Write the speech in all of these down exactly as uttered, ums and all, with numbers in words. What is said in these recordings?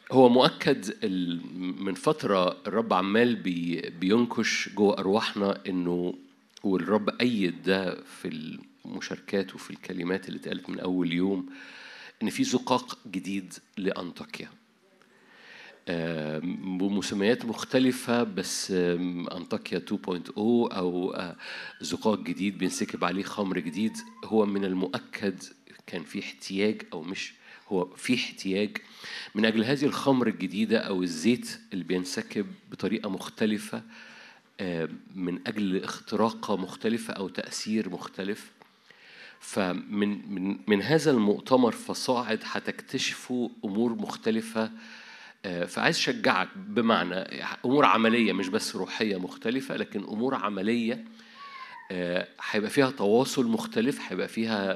هو مؤكد من فترة الرب عمال بي بينكش جوه أرواحنا إنه، والرب أيد ده في المشاركات وفي الكلمات اللي اتقالت من أول يوم، إن في زقاق جديد لأنطاكيا بمسميات مختلفة، بس أنطاكيا تو بوينت أو أو زقاق جديد بينسكب عليه خمر جديد. هو من المؤكد كان في احتياج، أو مش هو في احتياج من أجل هذه الخمر الجديدة أو الزيت اللي بينسكب بطريقة مختلفة من أجل اختراقة مختلفة أو تأثير مختلف. فمن من من هذا المؤتمر فصاعد هتكتشفوا أمور مختلفة. فعايز أشجعك بمعنى أمور عملية مش بس روحية مختلفة، لكن أمور عملية هيبقى فيها تواصل مختلف، هيبقى فيها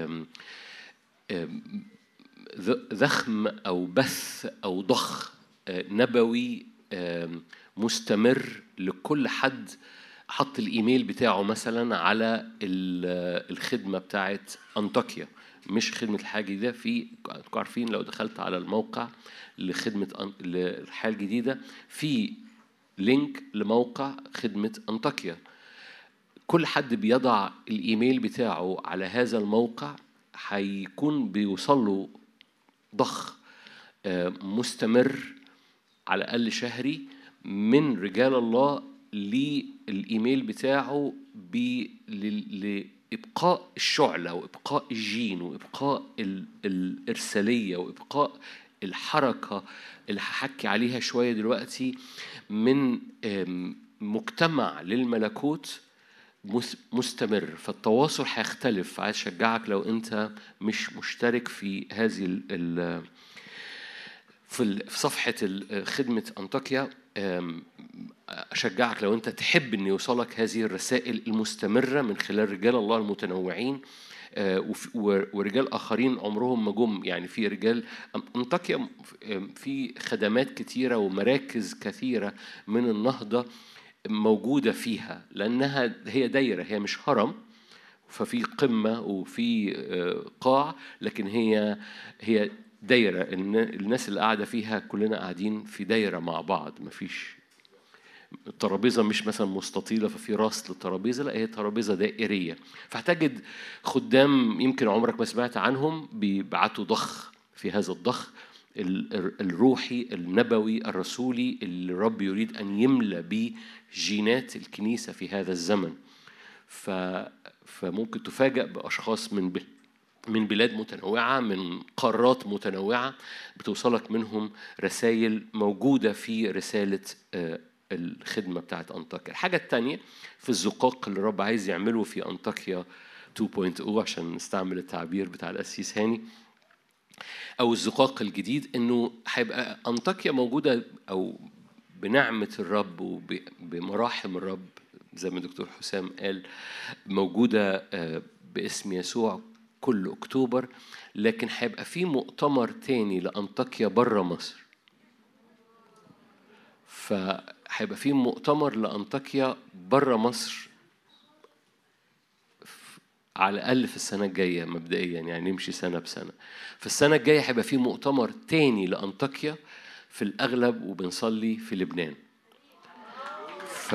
ذخم أو بث أو ضخ نبوي مستمر لكل حد حط الإيميل بتاعه مثلا على الخدمة بتاعت أنطاكيا، مش خدمة الحياة الجديدة. في عارفين لو دخلت على الموقع لخدمة الحياة الجديدة في لينك لموقع خدمة أنطاكيا، كل حد بيضع الإيميل بتاعه على هذا الموقع هيكون بيوصله ضخ مستمر على الأقل شهري من رجال الله للإيميل بتاعه لإبقاء الشعلة وإبقاء الجين وإبقاء الإرسالية وإبقاء الحركة اللي هحكي عليها شوية دلوقتي، من مجتمع للملكوت مستمر. فالتواصل هيختلف. عايز أشجعك لو أنت مش مشترك في هذه ال في صفحة خدمة أنطاكيا، أشجعك لو أنت تحب أن يوصلك هذه الرسائل المستمرة من خلال رجال الله المتنوعين ورجال آخرين عمرهم ما جم. يعني في رجال أنطاكيا في خدمات كتيرة ومراكز كثيرة من النهضة موجودة فيها، لأنها هي دايرة، هي مش هرم، ففي قمة وفي قاع، لكن هي هي دايرة. الناس اللي قاعدة فيها كلنا قاعدين في دايرة مع بعض، مفيش الترابيزة مش مثلا مستطيلة ففي راس للترابيزة، لا هي ترابيزة دائرية. فهتجد خدام يمكن عمرك ما سمعت عنهم بيبعتوا ضخ في هذا الضخ الروحي النبوي الرسولي اللي الرب يريد أن يملأ به جينات الكنيسة في هذا الزمن. ف فممكن تفاجأ بأشخاص من ب... من بلاد متنوعة، من قارات متنوعة، بتوصلك منهم رسائل موجودة في رسالة الخدمة بتاعت أنطاكيا. الحاجة التانية في الزقاق اللي الرب عايز يعمله في أنطاكيا تو بوينت أو، عشان نستعمل التعبير بتاع القسيس هاني، أو الزقاق الجديد، إنه هيبقى أنطاكيا موجودة أو بنعمة الرب وبمراحم الرب زي ما دكتور حسام قال موجودة باسم يسوع كل أكتوبر. لكن هيبقى في مؤتمر تاني لأنطاكيا برا مصر، فهيبقى في مؤتمر لأنطاكيا برا مصر على الأقل في السنة الجاية مبدئيا، يعني نمشي سنة بسنة. في السنة الجاية هيبقى في مؤتمر تاني لأنطاكيا في الأغلب، وبنصلي في لبنان. ف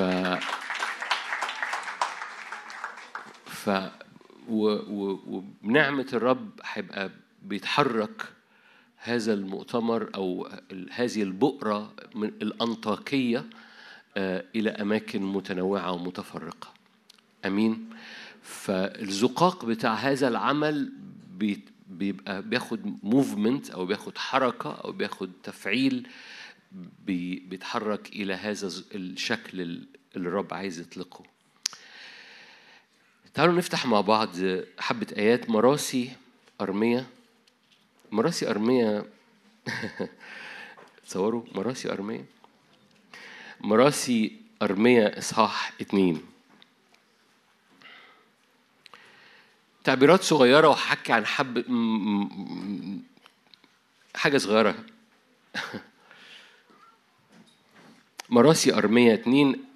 ف وبنعمة الرب هيبقى بيتحرك هذا المؤتمر أو هذه البؤرة من الأنطاكية إلى أماكن متنوعة ومتفرقة. أمين. فالزقاق بتاع هذا العمل بيبقى بياخد موفمنت أو بياخد حركة أو بياخد تفعيل، بيتحرك إلى هذا الشكل اللي الرب عايز يطلقه. تعالوا نفتح مع بعض حبة آيات. مراسي أرمية، مراسي أرمية تصوروا مراسي أرمية، مراسي أرمية إصحاح اتنين. تعبيرات صغيرة وحكي عن حب حاجة صغيرة. مراسي أرمية اتنين،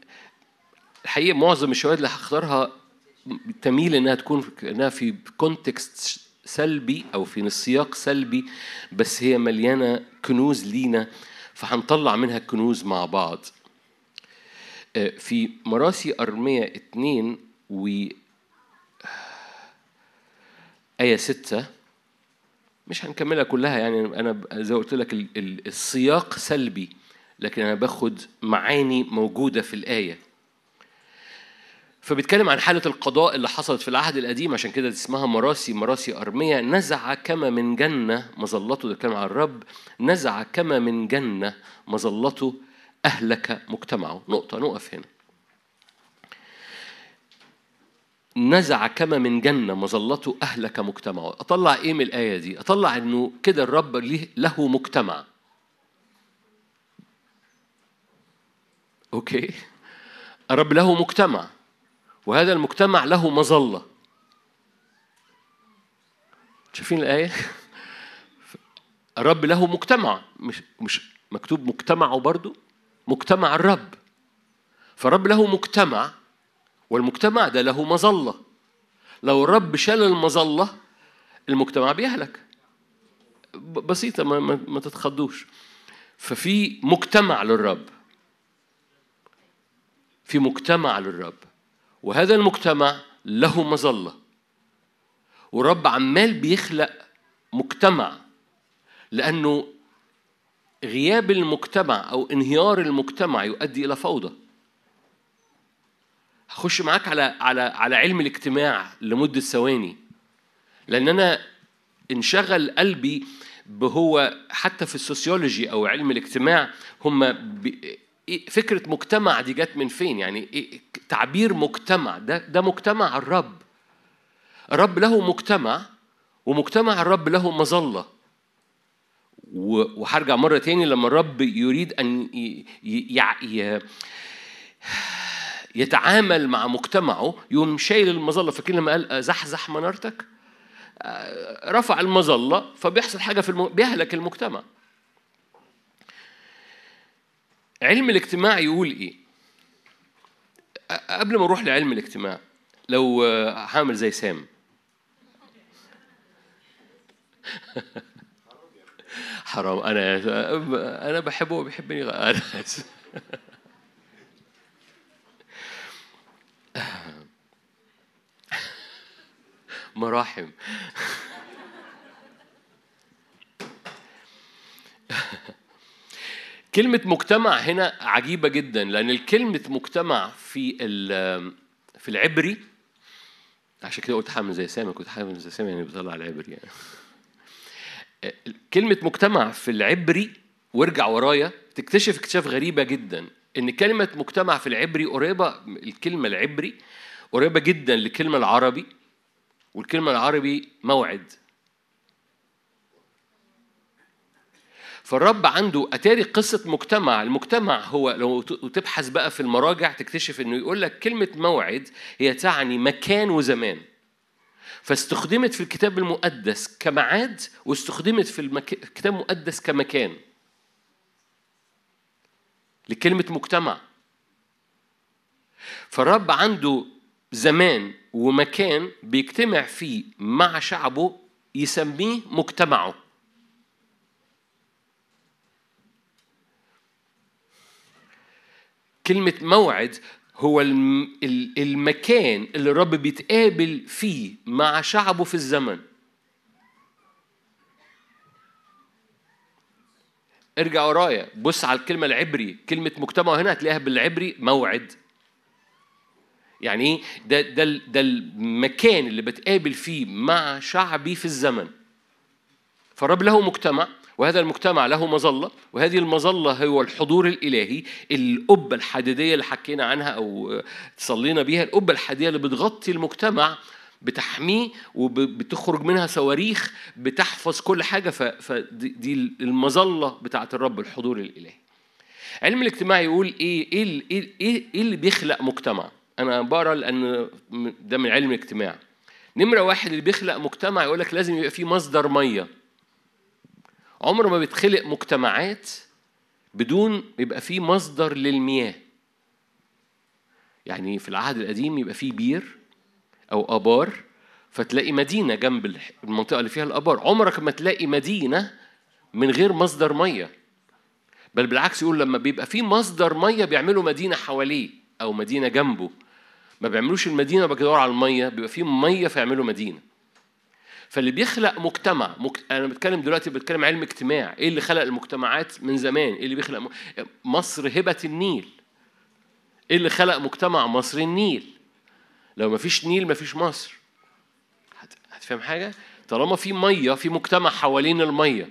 الحقيقة معظم الشواهد اللي هختارها تميل إنها تكون إنها في كونتكست سلبي أو في السياق سلبي، بس هي مليانة كنوز لينا، فهنطلع منها الكنوز مع بعض. في مراسي أرمية اتنين و آية ستة، مش هنكملها كلها يعني، أنا زي قلت لك السياق سلبي، لكن أنا باخد معاني موجودة في الآية. فبيتكلم عن حالة القضاء اللي حصلت في العهد القديم، عشان كده اسمها مراسي مراسي أرمية. نزع كما من جنة مظلته، ده كلام عن الرب، نزع كما من جنة مظلته أهلك مجتمعه. نقطة نقف هنا. نزع كما من جنة مظلته أهلك مجتمعه. أطلع إيه من الآية دي؟ أطلع إنه كده الرب له مجتمع. أوكي، الرب له مجتمع، وهذا المجتمع له مظلة. شايفين الآية؟ الرب له مجتمع، مش مش مكتوب مجتمعه برضو، مجتمع الرب. فالرب له مجتمع، والمجتمع ده له مظلة. لو الرب شال المظلة المجتمع بيهلك. بسيطة، ما, ما, ما تتخضوش. ففي مجتمع للرب، في مجتمع للرب، وهذا المجتمع له مظلة. والرب عمال بيخلق مجتمع، لأنه غياب المجتمع أو انهيار المجتمع يؤدي إلى فوضى. هخش معاك على على على علم الاجتماع لمدة ثواني، لأن أنا انشغل قلبي بهو حتى في السوسيولوجي أو علم الاجتماع. هم فكرة مجتمع دي جت من فين؟ يعني تعبير مجتمع ده ده مجتمع الرب. الرب له مجتمع، ومجتمع الرب له مظلة. وهرجع مرة تاني، لما الرب يريد أن يتعامل مع مجتمعه يوم شايل المظلة. فكين لما قال زحزح منارتك، رفع المظلة، فبيحصل حاجة في الم... بيهلك المجتمع. علم الاجتماع يقول إيه؟ قبل ما أروح لعلم الاجتماع، لو هعمل زي سام حرام، أنا أنا بحبه وبيحبني. أنا مراحم. كلمة مجتمع هنا عجيبة جدا، لأن الكلمة مجتمع في في العبري، عشان كده قلت حامل زي سامي، كنت حامل زي سامي يعني بطلع العبري يعني. كلمة مجتمع في العبري، وارجع ورايا تكتشف اكتشاف غريبة جدا، إن كلمة مجتمع في العبري قريبة، الكلمة العبري قريبة جدا للكلمة العربي، والكلمة العربي موعد. فالرب عنده أتاري قصة مجتمع. المجتمع هو لو تبحث بقى في المراجع تكتشف إنه يقول لك كلمة موعد هي تعني مكان وزمان. فاستخدمت في الكتاب المقدس كميعاد، واستخدمت في المك... الكتاب المقدس كمكان لكلمة مجتمع. فالرب عنده زمان ومكان بيجتمع فيه مع شعبه، يسميه مجتمعه. كلمة موعد هو المكان اللي الرب بيتقابل فيه مع شعبه في الزمن. ارجع ورايا، بص على الكلمة العبري، كلمة مجتمع هنا هتلاقيها بالعبري موعد. يعني ايه؟ ده ده ده المكان اللي بتقابل فيه مع شعبي في الزمن. فالرب له مجتمع، وهذا المجتمع له مظلة، وهذه المظلة هو الحضور الإلهي. القبة الحديدية اللي حكينا عنها أو تصلينا بيها، القبة الحديدية اللي بتغطي المجتمع، بتحميه وبتخرج منها صواريخ بتحفظ كل حاجة. فدي المظلة بتاعت الرب، الحضور الإلهي. علم الاجتماع يقول إيه إيه إيه إيه اللي بيخلق مجتمع. أنا بقرأ لأن ده من علم الاجتماع. نمرة واحد اللي بيخلق مجتمع يقول لك لازم يبقى فيه مصدر مية. عمر ما بتخلق مجتمعات بدون يبقى فيه مصدر للمياه. يعني في العهد القديم يبقى فيه بير أو آبار فتلاقي مدينة جنب المنطقة اللي فيها الآبار. عمرك ما تلاقي مدينة من غير مصدر مية، بل بالعكس يقول لما بيبقى في مصدر مية بيعملوا مدينة حواليه أو مدينة جنبه. ما بيعملوش المدينة بيدوروا على المية، بيبقى في مية فيعملوا مدينة. فاللي بيخلق مجتمع مك... أنا بتكلم دلوقتي بتكلم علم اجتماع. إيه اللي خلق المجتمعات من زمان؟ إيه اللي بيخلق م... مصر هبة النيل. إيه اللي خلق مجتمع مصر؟ النيل. لو ما فيش نيل ما فيش مصر. هت... هتفهم حاجة؟ طالما في مية في مجتمع حوالين المية.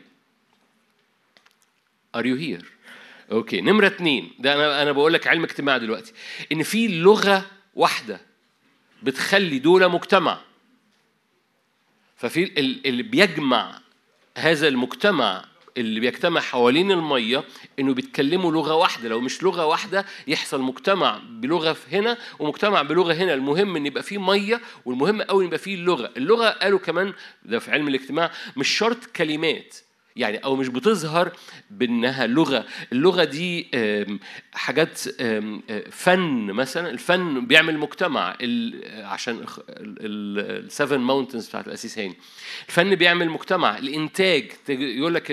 Are you here؟ أوكي. نمرة اتنين، ده أنا أنا بقول لك علم اجتماع دلوقتي، إن في لغة واحدة بتخلي دولة مجتمع. ففي اللي بيجمع هذا المجتمع اللي بيجتمع حوالين المية إنه بيتكلموا لغة واحدة. لو مش لغة واحدة يحصل مجتمع بلغة في هنا ومجتمع بلغة هنا. المهم إن يبقى فيه مية، والمهم أوي إن يبقى فيه اللغة. اللغة قالوا كمان ده في علم الاجتماع مش شرط كلمات يعني، أو مش بتظهر بأنها لغة. اللغة دي حاجات فن مثلا. الفن بيعمل مجتمع عشان السفن ماونتنز بتاعت الأسيس هاني. الفن بيعمل مجتمع. الإنتاج يقول لك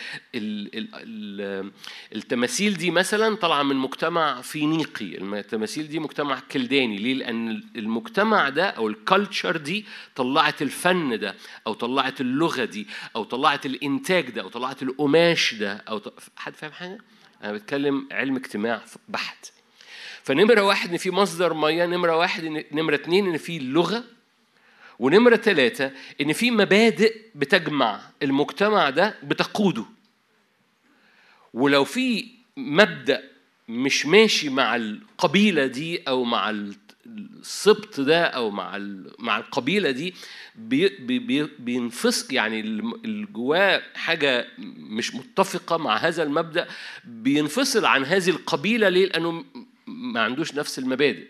التماثيل دي مثلا طالعة من مجتمع فينيقي. التماثيل دي مجتمع كلداني. ليه؟ لأن المجتمع ده أو الكالتشر دي طلعت الفن ده، أو طلعت اللغة دي، أو طلعت الإنتاج ده، أو طلعت القماش ده. أو ط... حد فاهم حاجة؟ أنا بتكلم علم اجتماع بحت. فنمرة واحد إن في مصدر مياه، نمرة واحد إن نمرة اتنين إن في لغة، ونمرة ثلاثة إن في مبادئ بتجمع المجتمع ده بتقوده. ولو في مبدأ مش ماشي مع القبيلة دي أو مع السبط ده أو مع مع القبيلة دي بي بي بينفصل، يعني الجواه حاجة مش متفقة مع هذا المبدأ بينفصل عن هذه القبيلة. ليه؟ لأنه ما عندوش نفس المبادئ.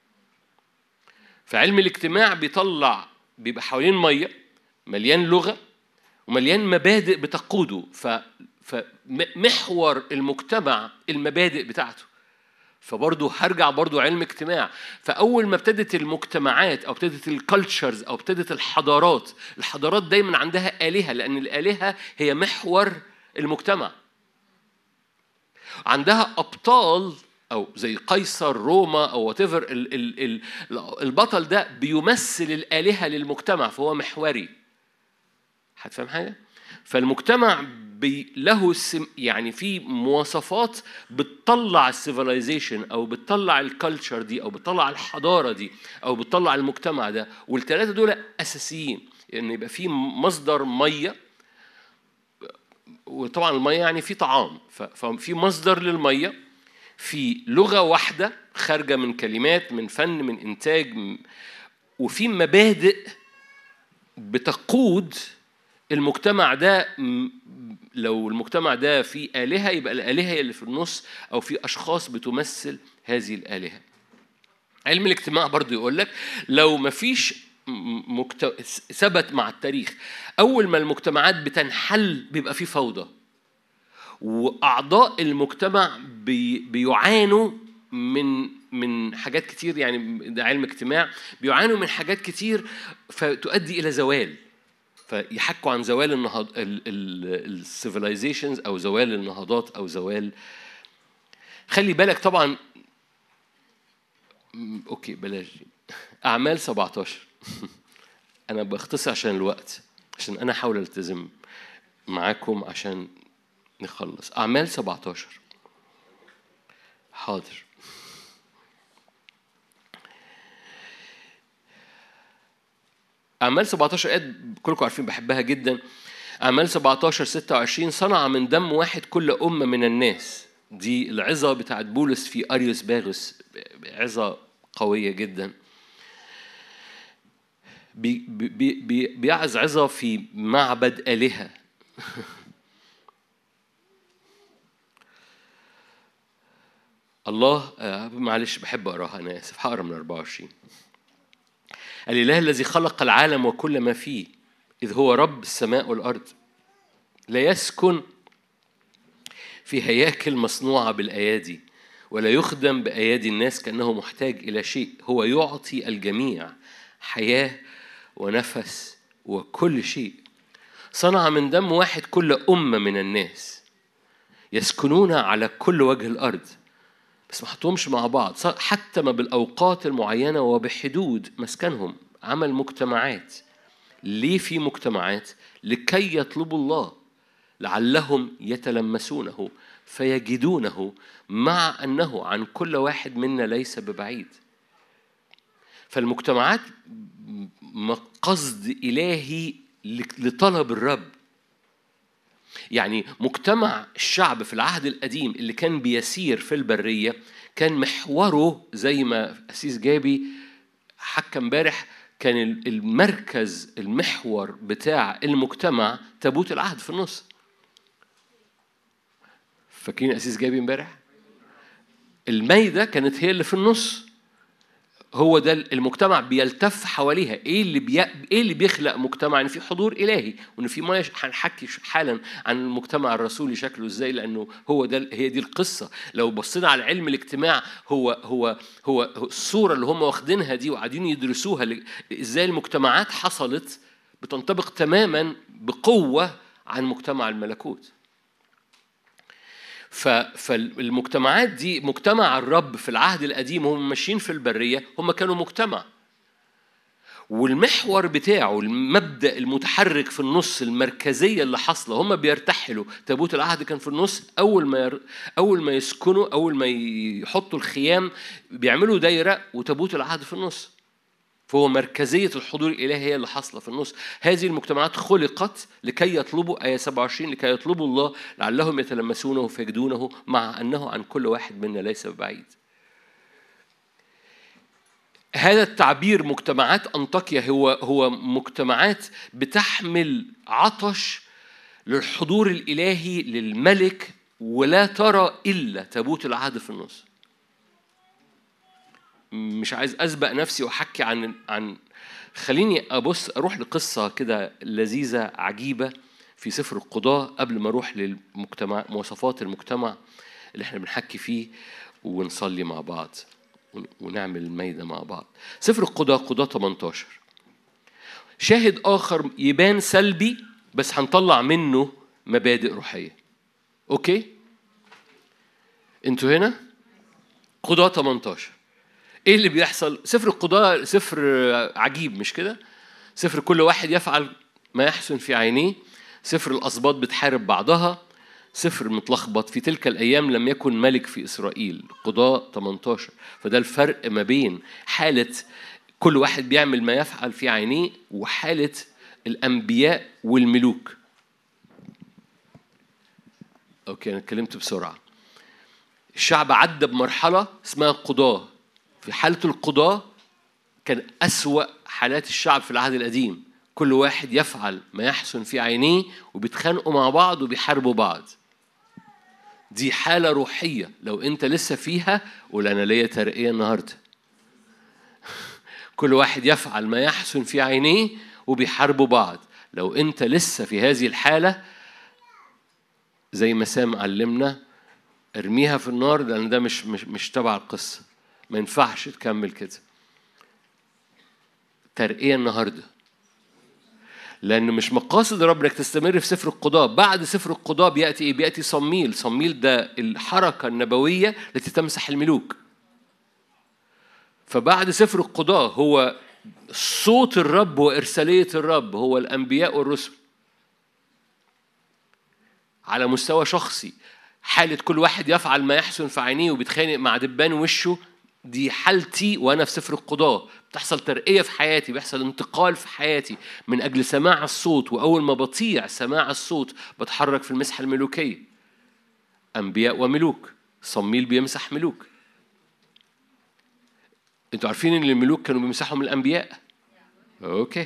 فعلم الاجتماع بيطلع بيبقى حوالين مية مليان لغة ومليان مبادئ بتقوده. ف فمحور المجتمع المبادئ بتاعته. فبرضه هرجع برضه علم اجتماع. فأول ما ابتدت المجتمعات أو ابتدت الكالتشرز أو ابتدت الحضارات، الحضارات دايما عندها آلهة، لأن الآلهة هي محور المجتمع. عندها أبطال أو زي قيصر روما أو whatever. البطل ده بيمثل الآلهة للمجتمع فهو محوري. هتفهم حاجة؟ فالمجتمع له يعني في مواصفات بتطلع السيفيلايزيشن أو بتطلع الكالتشر دي أو بتطلع الحضارة دي أو بتطلع المجتمع ده. والثلاثة دول أساسيين، إن يعني يبقى في مصدر مية. وطبعا المية يعني في طعام، ففي مصدر للمية، في لغة واحدة خارجة من كلمات، من فن، من إنتاج، وفي مبادئ بتقود المجتمع ده. لو المجتمع ده فيه آلهة يبقى الآلهة اللي في النص، أو في أشخاص بتمثل هذه الآلهة. علم الاجتماع برضو يقول لك لو ما فيش مكت... ثبت مع التاريخ أول ما المجتمعات بتنحل بيبقى فيه فوضى، وأعضاء المجتمع بي... بيعانوا من من حاجات كتير. يعني ده علم اجتماع، بيعانوا من حاجات كتير فتؤدي إلى زوال. فيحكوا عن زوال النهض السيفيلايزيشنز أو زوال النهضات أو زوال. خلي بالك طبعا. أوكي بلاش أعمال سبعتاشر. أنا بختصر عشان الوقت، عشان أنا حاول التزم معاكم عشان نخلص. أعمال سبعتاشر. حاضر. أعمال سبعتاشر آيات كلكم عارفين بحبها جدا. أعمال سبعتاشر ستة وعشرين صنع من دم واحد كل أمة من الناس. دي العظة بتاعت بولس في أريوس باغوس، عظة قوية جدا. بي بي بي بيعظ عظة في معبد آلهة. الله معلش بحب أقراها، أنا آسف هقرا من أربعة وعشرين. الإله الذي خلق العالم وكل ما فيه، إذ هو رب السماء والأرض، لا يسكن في هياكل مصنوعة بالأيادي، ولا يخدم بأيادي الناس كأنه محتاج إلى شيء. هو يعطي الجميع حياة ونفس وكل شيء. صنع من دم واحد كل أمة من الناس يسكنون على كل وجه الأرض، بس ما حطهمش مع بعض، حتى ما بالأوقات المعينة وبحدود مسكنهم. عمل مجتمعات. ليه في مجتمعات؟ لكي يطلبوا الله، لعلهم يتلمسونه فيجدونه، مع أنه عن كل واحد منا ليس ببعيد. فالمجتمعات قصد إلهي لطلب الرب. يعني مجتمع الشعب في العهد القديم اللي كان بيسير في البرية كان محوره زي ما أسيس جابي حكى امبارح، كان المركز المحور بتاع المجتمع تابوت العهد في النص. فاكرين أسيس جابي امبارح؟ المايدة كانت هي اللي في النص، هو ده المجتمع بيلتف حواليها. ايه اللي بي... ايه اللي بيخلق مجتمع؟ ان في حضور الهي، وان في ما هنحكي حالا عن المجتمع الرسولي شكله ازاي، لانه هو ده، هي دي القصه. لو بصينا على علم الاجتماع، هو هو هو الصوره اللي هم واخدينها دي وقاعدين يدرسوها ل... ازاي المجتمعات حصلت، بتنطبق تماما بقوه عن مجتمع الملكوت. فالمجتمعات دي، مجتمع الرب في العهد القديم هم ماشيين في البرية، هم كانوا مجتمع، والمحور بتاعه المبدأ المتحرك في النص، المركزية اللي حصله، هم بيرتحلوا. تابوت العهد كان في النص. أول ما ير... أول ما يسكنوا، أول ما يحطوا الخيام بيعملوا دايرة وتابوت العهد في النص. فهو مركزية الحضور الإلهي هي اللي حصلة في النص. هذه المجتمعات خلقت لكي يطلبوا، آية سبعة وعشرين، لكي يطلبوا الله لعلهم يتلمسونه فيجدونه، مع أنه عن كل واحد منا ليس ببعيد. هذا التعبير مجتمعات أنطاكيا هو هو مجتمعات بتحمل عطش للحضور الإلهي للملك، ولا ترى إلا تابوت العهد في النص. مش عايز أسبق نفسي وأحكي عن عن خليني أبص أروح لقصة كده لذيذة عجيبة في سفر القضاء قبل ما أروح للمجتمع، مواصفات المجتمع اللي احنا بنحكي فيه، ونصلي مع بعض ونعمل الميدة مع بعض. سفر القضاء، قضاء ثمانية عشر. شاهد آخر يبان سلبي بس هنطلع منه مبادئ روحية. أوكي؟ أنتوا هنا؟ قضاء ثمانية عشر. إيه اللي بيحصل؟ سفر القضاء سفر عجيب، مش كده؟ سفر كل واحد يفعل ما يحسن في عينيه. سفر الأسباط بتحارب بعضها. سفر متلخبط. في تلك الأيام لم يكن ملك في إسرائيل. قضاء ثمانية عشر. فده الفرق ما بين حالة كل واحد بيعمل ما يفعل في عينيه وحالة الأنبياء والملوك. أوكي، أنا اتكلمت بسرعة. الشعب عدى بمرحلة اسمها قضاء. في حالة القضاء كان أسوأ حالات الشعب في العهد القديم. كل واحد يفعل ما يحسن في عينيه وبيتخانقوا مع بعض وبيحاربوا بعض. دي حالة روحية. لو أنت لسه فيها قول أنا ليا ترقية النهاردة. كل واحد يفعل ما يحسن في عينيه وبيحاربوا بعض. لو أنت لسه في هذه الحالة، زي ما سام علمنا، ارميها في النار، لأن ده مش مش مش تبع القصة. ما ينفعش تكمل كده. ترقية النهاردة، لأنه مش مقاصد رب إنك تستمر في سفر القضاء. بعد سفر القضاء بيأتي إيه؟ بيأتي صمويل. صمويل ده الحركة النبوية التي تمسح الملوك. فبعد سفر القضاء هو صوت الرب وإرسالية الرب، هو الأنبياء والرسل على مستوى شخصي. حالة كل واحد يفعل ما يحسن في عينيه وبيتخانق مع دبان وشه، دي حالتي وأنا في سفر القضاء. بتحصل ترقية في حياتي، بيحصل انتقال في حياتي من أجل سماع الصوت. وأول ما بطيع سماع الصوت بتحرك في المسحة الملوكية. أنبياء وملوك. صمويل بيمسح ملوك. أنتوا عارفين إن الملوك كانوا بيمسحهم الأنبياء؟ أوكي.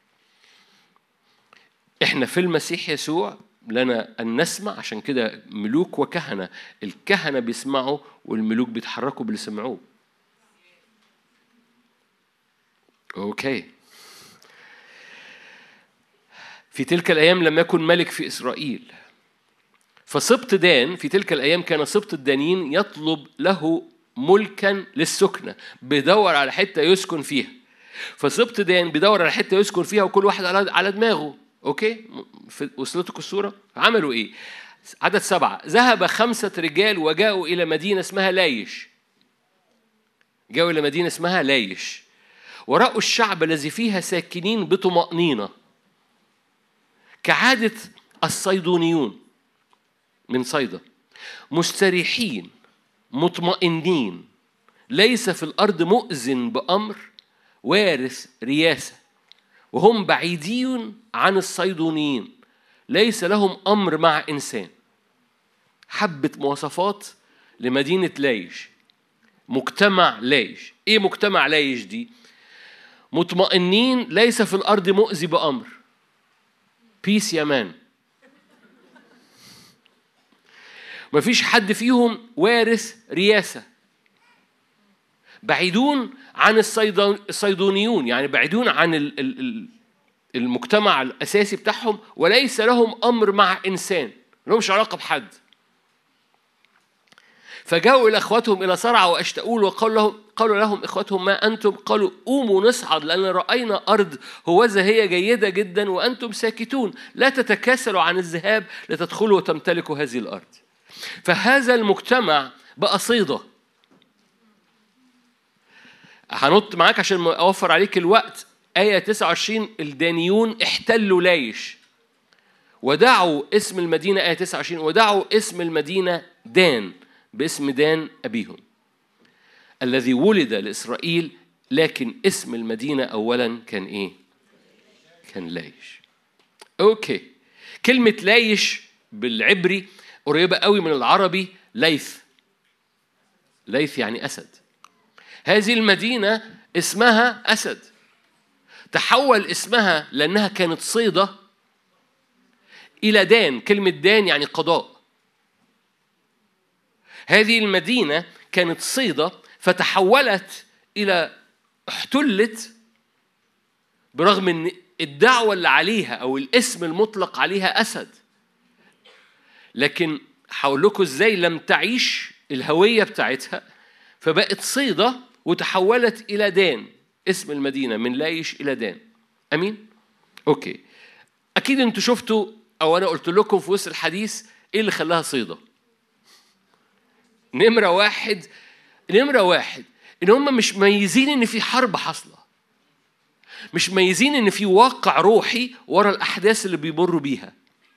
إحنا في المسيح يسوع لنا أن نسمع، عشان كده ملوك وكهنة. الكهنة بيسمعوا والملوك بيتحركوا باللي سمعوه. أوكي. في تلك الأيام لم يكن ملك في إسرائيل، فسبط دان في تلك الأيام كان سبط الدانيين يطلب له ملكا للسكنة، بيدور على حتة يسكن فيها. فسبط دان بيدور على حته يسكن فيها وكل واحد على على دماغه. اوكي، وصلتك الصوره؟ عملوا ايه؟ عدد سبعة، ذهب خمسة رجال وجاءوا إلى مدينة اسمها لايش. جاءوا إلى مدينة اسمها لايش ورأوا الشعب الذي فيها ساكنين بطمأنينة كعادة الصيدونيون من صيدا، مستريحين مطمئنين، ليس في الأرض مؤذن بأمر، وارث رياسة، وهم بعيدين عن الصيدونيين، ليس لهم أمر مع إنسان. حبة مواصفات لمدينة لايش، مجتمع لايش. إيه مجتمع لايش دي؟ مطمئنين، ليس في الأرض مؤذي بأمر. بيس يا مان. مفيش حد فيهم وارث رياسة. بعيدون عن الصيدونيون، يعني بعيدون عن المجتمع الأساسي بتاعهم، وليس لهم أمر مع إنسان، لهمش علاقة بحد. فجاءوا إلى أخواتهم إلى صرع وأشتاؤول وقالوا لهم قالوا لهم إخواتهم ما أنتم؟ قالوا قوموا نصعد لأن رأينا أرض هوذا هي جيدة جدا وأنتم ساكتون، لا تتكاسلوا عن الذهاب لتدخلوا وتمتلكوا هذه الأرض. فهذا المجتمع بقى صيدة. هنط معاك عشان أوفر عليك الوقت. آية تسعة وعشرين، الدانيون احتلوا لايش ودعوا اسم المدينة، آية تسعة وعشرين، ودعوا اسم المدينة دان باسم دان أبيهم الذي ولد لإسرائيل، لكن اسم المدينة أولا كان إيه؟ كان لايش. أوكي، كلمة لايش بالعبري قريبة قوي من العربي ليث. ليث يعني أسد. هذه المدينة اسمها أسد، تحول اسمها لأنها كانت صيدة إلى دان. كلمة دان يعني قضاء. هذه المدينة كانت صيدة فتحولت إلى احتلت، برغم أن الدعوة اللي عليها أو الاسم المطلق عليها أسد، لكن هقول لكم إزاي لم تعيش الهوية بتاعتها، فبقت صيدة وتحولت إلى دان. اسم المدينة من لايش إلى دان. أمين؟ أوكي، أكيد أنتوا شفتوا أو أنا قلت لكم في وسط الحديث إيه اللي خلاها صيدة. نمرة واحد نمرة واحد إن هم مش ميزين إن في حرب حصلة، مش ميزين إن في واقع روحي ورا الأحداث اللي بيمروا بيها.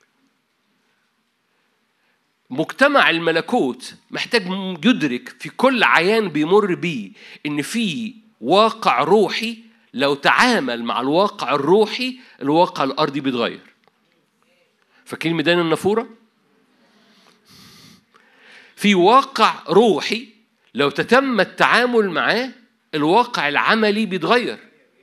مجتمع الملكوت محتاج يدرك في كل عيان بيمر بيه إن في واقع روحي، لو تعامل مع الواقع الروحي الواقع الأرضي بيتغير. فاكرين ميدان النافورة؟ في واقع روحي لو تتم التعامل معاه الواقع العملي بيتغير.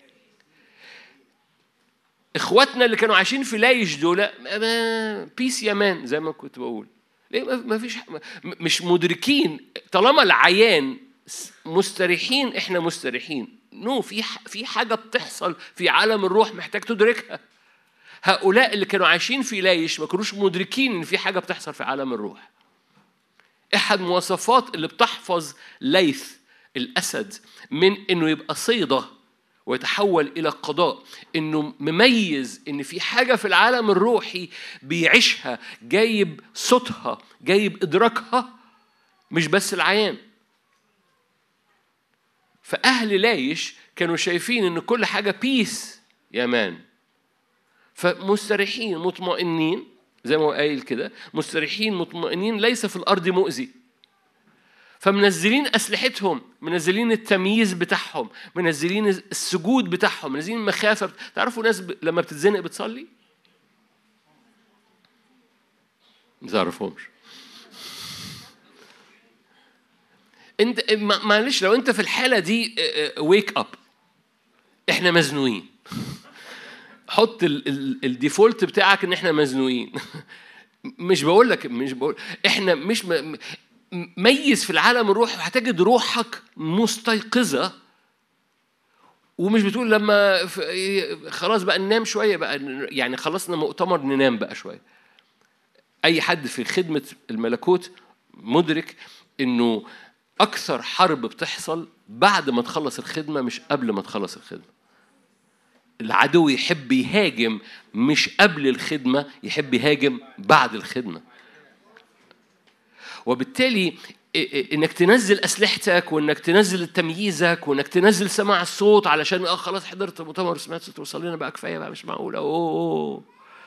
اخواتنا اللي كانوا عايشين في لايش دول بيس يمان زي ما كنت بقول، ليه ما فيش مش مدركين؟ طالما العيان مستريحين احنا مستريحين. نو في في حاجه بتحصل في عالم الروح محتاج تدركها. هؤلاء اللي كانوا عايشين في لايش ما كانوش مدركين ان في حاجه بتحصل في عالم الروح. احد مواصفات اللي بتحفظ ليث الاسد من انه يبقى صيده ويتحول إلى قضاء، إنه مميز إن في حاجة في العالم الروحي بيعيشها، جايب صوتها، جايب إدراكها، مش بس العيان. فأهل لايش كانوا شايفين إن كل حاجة بيس يا مان، فمستريحين مطمئنين زي ما هو قايل كده، مستريحين مطمئنين، ليس في الأرض مؤذي. فمنزلين أسلحتهم، منزلين التمييز بتاعهم، منزلين السجود بتاعهم، منزلين المخافة. تعرفوا ناس ب... لما بتتزنق بتصلي؟ ما تعرفهمش. انت معلش لو انت في الحالة دي ويك اب، احنا مزنوقين. حط ال... ال... الديفولت بتاعك ان احنا مزنوقين. مش بقول لك مش بقول احنا مش م... ميز في العالم الروحي، وهتجد روحك مستيقظة ومش بتقول لما خلاص بقى ننام شوية بقى، يعني خلصنا مؤتمر ننام بقى شوية. أي حد في خدمة الملكوت مدرك إنه أكثر حرب بتحصل بعد ما تخلص الخدمة مش قبل ما تخلص الخدمة. العدو يحب يهاجم مش قبل الخدمة، يحب يهاجم بعد الخدمة. وبالتالي انك تنزل اسلحتك، وانك تنزل تمييزك، وانك تنزل سماع الصوت علشان اه خلاص حضرت المؤتمر وسمعت صوت وصل لنا بقى كفايه بقى مش معقول اوه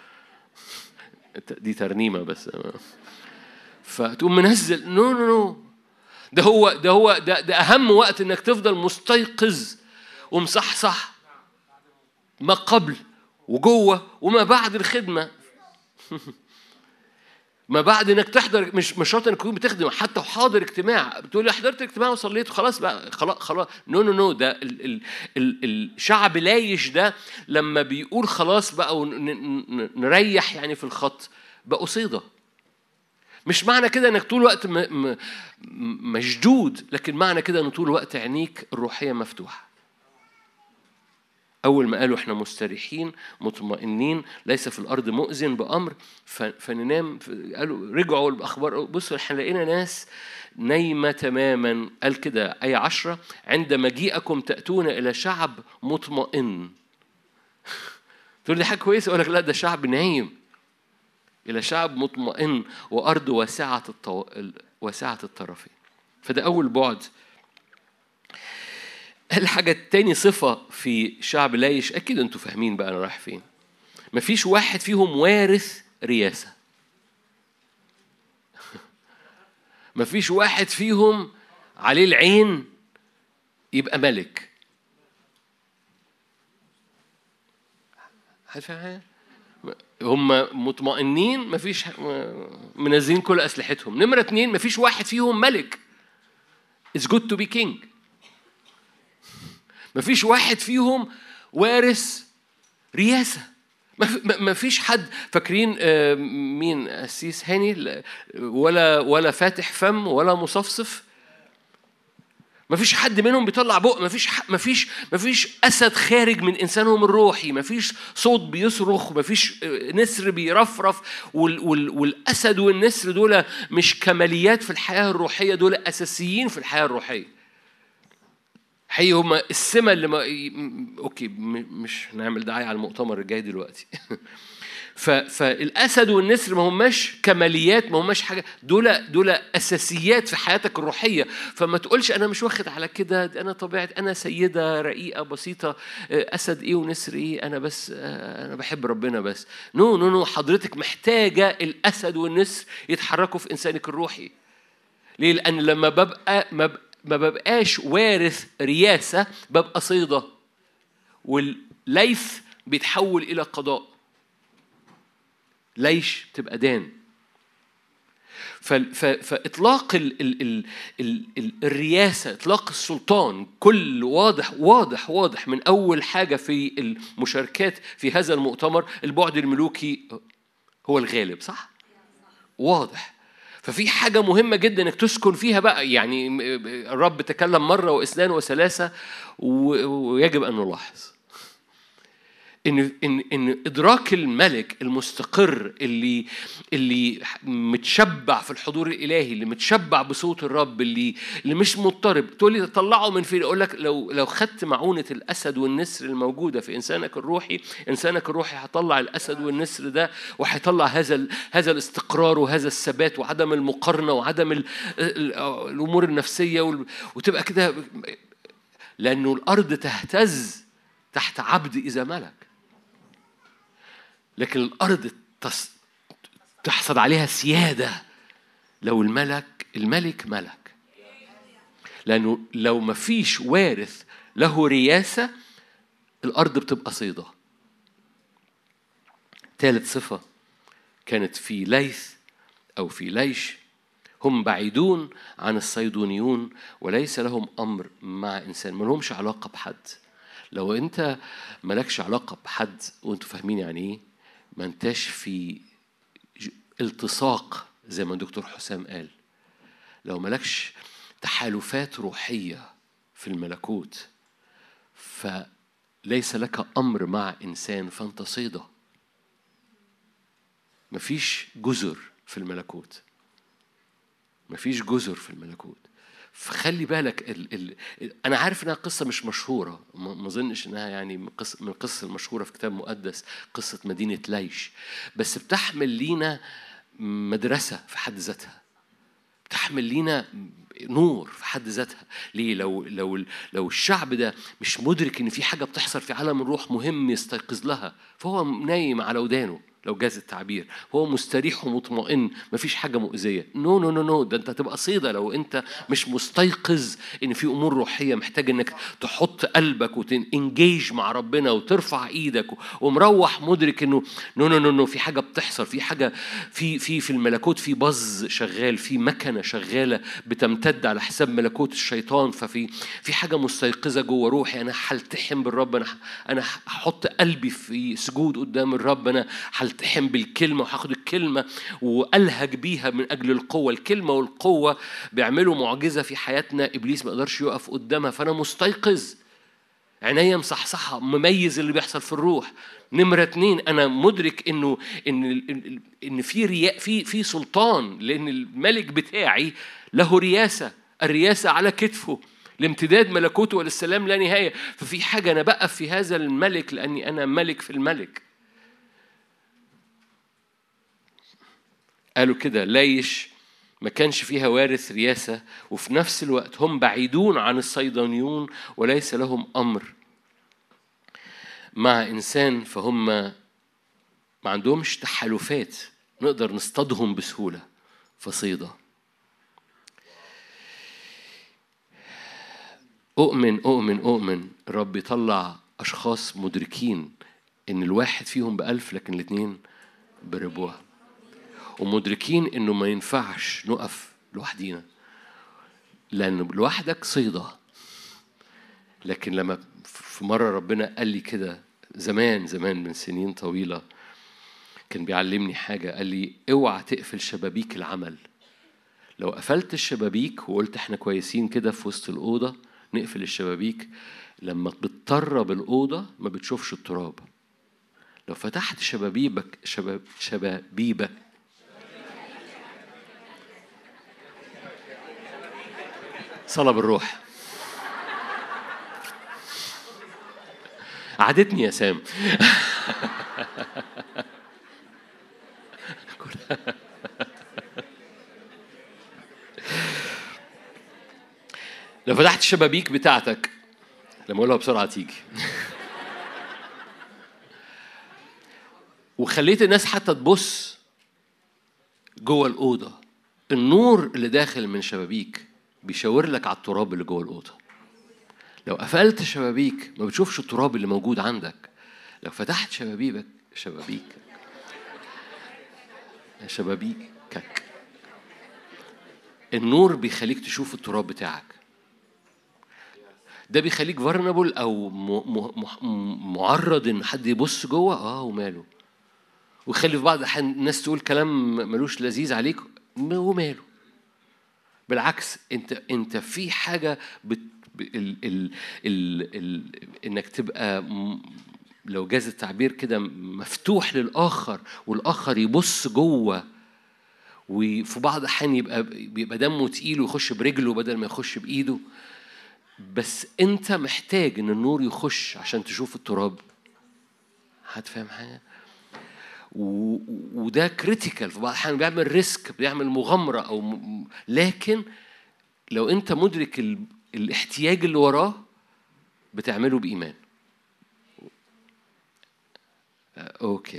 دي ترنيمه بس. فتقوم منزل نو نو نو ده هو ده هو ده, ده اهم وقت انك تفضل مستيقظ ومصحصح ما قبل وجوه وما بعد الخدمه. ما بعد انك تحضر، مش مش شرط انك تكون بتخدم، حتى وحاضر اجتماع بتقول لي حضرت اجتماع وصليت خلاص بقى خلاص خلاص نو نو نو ده ال ال ال الشعب لايش ده لما بيقول خلاص بقى ونريح يعني في الخط بقوا صيده. مش معنى كده انك طول الوقت م م مشدود، لكن معنى كده ان طول الوقت عينيك الروحيه مفتوحه. أول ما قالوا إحنا مستريحين مطمئنين ليس في الأرض مؤذن بأمر فننام، قالوا رجعوا الأخبار بصوا إحنا لقينا ناس نايمة تماما. قال كده آية عشرة عند مجيئكم تأتون إلى شعب مطمئن. تقول دي حاجة كويسة، أقول لك لا ده شعب نايم. إلى شعب مطمئن وأرض واسعة الطو... واسعة الطرفين. فده أول بعد. الحاجة التاني صفة في شعب لايش، أكيد أنتوا فاهمين بقى أنا رايح فين. مفيش واحد فيهم وارث رياسة. مفيش واحد فيهم عليه العين يبقى ملك. هم مطمئنين، مفيش منزلين كل أسلحتهم. نمرة اتنين مفيش واحد فيهم ملك. It's good to be king. مفيش واحد فيهم وارث رياسة. مفيش حد فاكرين مين أسيس هاني ولا ولا فاتح فم ولا مصفصف. مفيش حد منهم بيطلع بق. مفيش مفيش مفيش أسد خارج من إنسانهم الروحي. مفيش صوت بيصرخ. مفيش نسر بيرفرف. وال وال والأسد والنسر دول مش كماليات في الحياة الروحية، دول أساسيين في الحياة الروحية. حقيقي هما السمة اللي ما أوكي مش نعمل دعاية على المؤتمر الجاي دلوقتي. فالأسد والنسر ما هماش كماليات، ما هماش حاجة، دول دول أساسيات في حياتك الروحية. فما تقولش أنا مش واخد على كده، أنا طبيعة أنا سيدة رقيقة بسيطة، أسد إيه ونسر إيه، أنا بس أنا بحب ربنا بس. نو نو نو حضرتك محتاجة الأسد والنسر يتحركوا في إنسانك الروحي. ليه؟ لأن لما ببقى ما ببقى ما ببقاش وارث رياسة ببقى صيدة، والليث بيتحول إلى قضاء. ليش تبقى دان. فإطلاق ال ال ال ال ال الرياسة، إطلاق السلطان، كل واضح واضح واضح من أول حاجة في المشاركات في هذا المؤتمر. البعد الملوكي هو الغالب، صح؟ واضح. ففي حاجة مهمة جدا انك تسكن فيها بقى. يعني الرب تكلم مرة واثنان وثلاثة، ويجب ان نلاحظ ان ان ان ادراك الملك المستقر اللي اللي متشبع في الحضور الالهي، اللي متشبع بصوت الرب، اللي اللي مش مضطرب. تقول لي تطلعه من فين؟ اقول لك لو لو خدت معونه الاسد والنسر الموجوده في انسانك الروحي، انسانك الروحي هيطلع الاسد والنسر ده، وهيطلع هذا هذا الاستقرار وهذا الثبات وعدم المقارنه وعدم الامور النفسيه، وتبقى كده. لانه الارض تهتز تحت عبد اذا ملك، لكن الأرض تحصل عليها سيادة لو الملك الملك ملك. لأنه لو ما فيش وارث له رياسة الأرض بتبقى صيدة. ثالث صفة كانت في ليث أو في ليش، هم بعيدون عن الصيدونيون وليس لهم أمر مع إنسان. ما لهمش علاقة بحد. لو أنت ملكش علاقة بحد، وأنتوا فاهمين يعني إيه، ما انتش في التصاق زي ما الدكتور حسام قال. لو ملكش تحالفات روحية في الملكوت فليس لك أمر مع إنسان، فأنت صيدة. مفيش جزر في الملكوت. مفيش جزر في الملكوت. فخلي بالك ال ال أنا عارف إنها قصة مش مشهورة، ما أظنش إنها يعني من قصة من القصص المشهورة في كتاب مقدس، قصة مدينة ليش، بس بتحمل لينا مدرسة في حد ذاتها، بتحمل لينا نور في حد ذاتها. ليه؟ لو لو لو الشعب ده مش مدرك إن في حاجة بتحصل في عالم الروح مهم يستيقظ لها، فهو نايم على ودانه لو جاز التعبير، هو مستريح ومطمئن، مفيش حاجة مؤذية. نو نو نو نو ده أنت هتبقى صيدة لو أنت مش مستيقظ إن في أمور روحية محتاج إنك تحط قلبك وتنجيج مع ربنا وترفع إيدك ومروح مدرك إنه نو نو نو نو في حاجة بتحصل، في حاجة في في في الملكوت، في بز شغال، في مكنة شغالة بتمتد على حساب ملكوت الشيطان. ففي في حاجة مستيقظة جوه روحي، أنا هلتحم بالرب، أنا أنا هحط قلبي في سجود قدام الرب، أنا هلتحم بالكلمة وهاخد الكلمة وألهج بيها من أجل القوة. الكلمة والقوة بيعملوا معجزة في حياتنا إبليس ما يقدرش يقف قدامها. فأنا مستيقظ، عينيا مصحصحة، مميز اللي بيحصل في الروح. نمرة اتنين، أنا مدرك إنه إن إن في رياء، في في سلطان، لأن الملك بتاعي له رياسة، الرياسة على كتفه لامتداد ملكوته وللسلام لا نهاية. ففي حاجة أنا بقف في هذا الملك لأني أنا ملك في الملك. قالوا كده ليش ما كانش فيها وارث رياسة، وفي نفس الوقت هم بعيدون عن الصيدانيون وليس لهم أمر مع إنسان، فهم ما عندهمش تحالفات نقدر نصطادهم بسهولة فصيدة. أؤمن أؤمن أؤمن الرب يطلع أشخاص مدركين إن الواحد فيهم بألف لكن الاثنين بربوة، ومدركين إنه ما ينفعش نقف لوحدينا لأن لوحدك صيدة. لكن لما في مرة ربنا قال لي كده زمان زمان من سنين طويلة، كان بيعلمني حاجة، قال لي اوعى تقفل شبابيك العمل. لو قفلت الشبابيك وقلت احنا كويسين كده في وسط الأوضة نقفل الشبابيك، لما بتطرب الأوضة ما بتشوفش التراب. لو فتحت شبابيبك شباب شبابيبك صلاة بالروح عادتني يا سام. لو فتحت الشبابيك بتاعتك، لما أقولها بسرعة تيجي، وخليت الناس حتى تبص جوه الأوضة، النور اللي داخل من شبابيك بيشاور لك على التراب اللي جوه الأوضة. لو قفلت شبابيك ما بتشوفش التراب اللي موجود عندك. لو فتحت شبابيك شبابيك شبابيكك النور بيخليك تشوف التراب بتاعك. ده بيخليك vulnerable أو معرض إن حد يبص جوه آه وماله، ويخلي في بعض الأحيان الناس تقول كلام ملوش لذيذ عليك وماله. بالعكس، أنت أنت في حاجة بت ال ال ال ال إنك تبقى لو جاز التعبير كده مفتوح للآخر، والآخر يبص جوه، وفي بعض الأحيان يبقى بيبقى دمه تقيل ويخش برجله بدل ما يخش بإيده. بس أنت محتاج إن النور يخش عشان تشوف التراب. هتفهم حاجة؟ و... وده كريتيكال. في بعض الأحيان بيعمل ريسك، بيعمل مغامرة أو م... لكن لو أنت مدرك ال... الاحتياج اللي وراه بتعمله بإيمان. أوكي.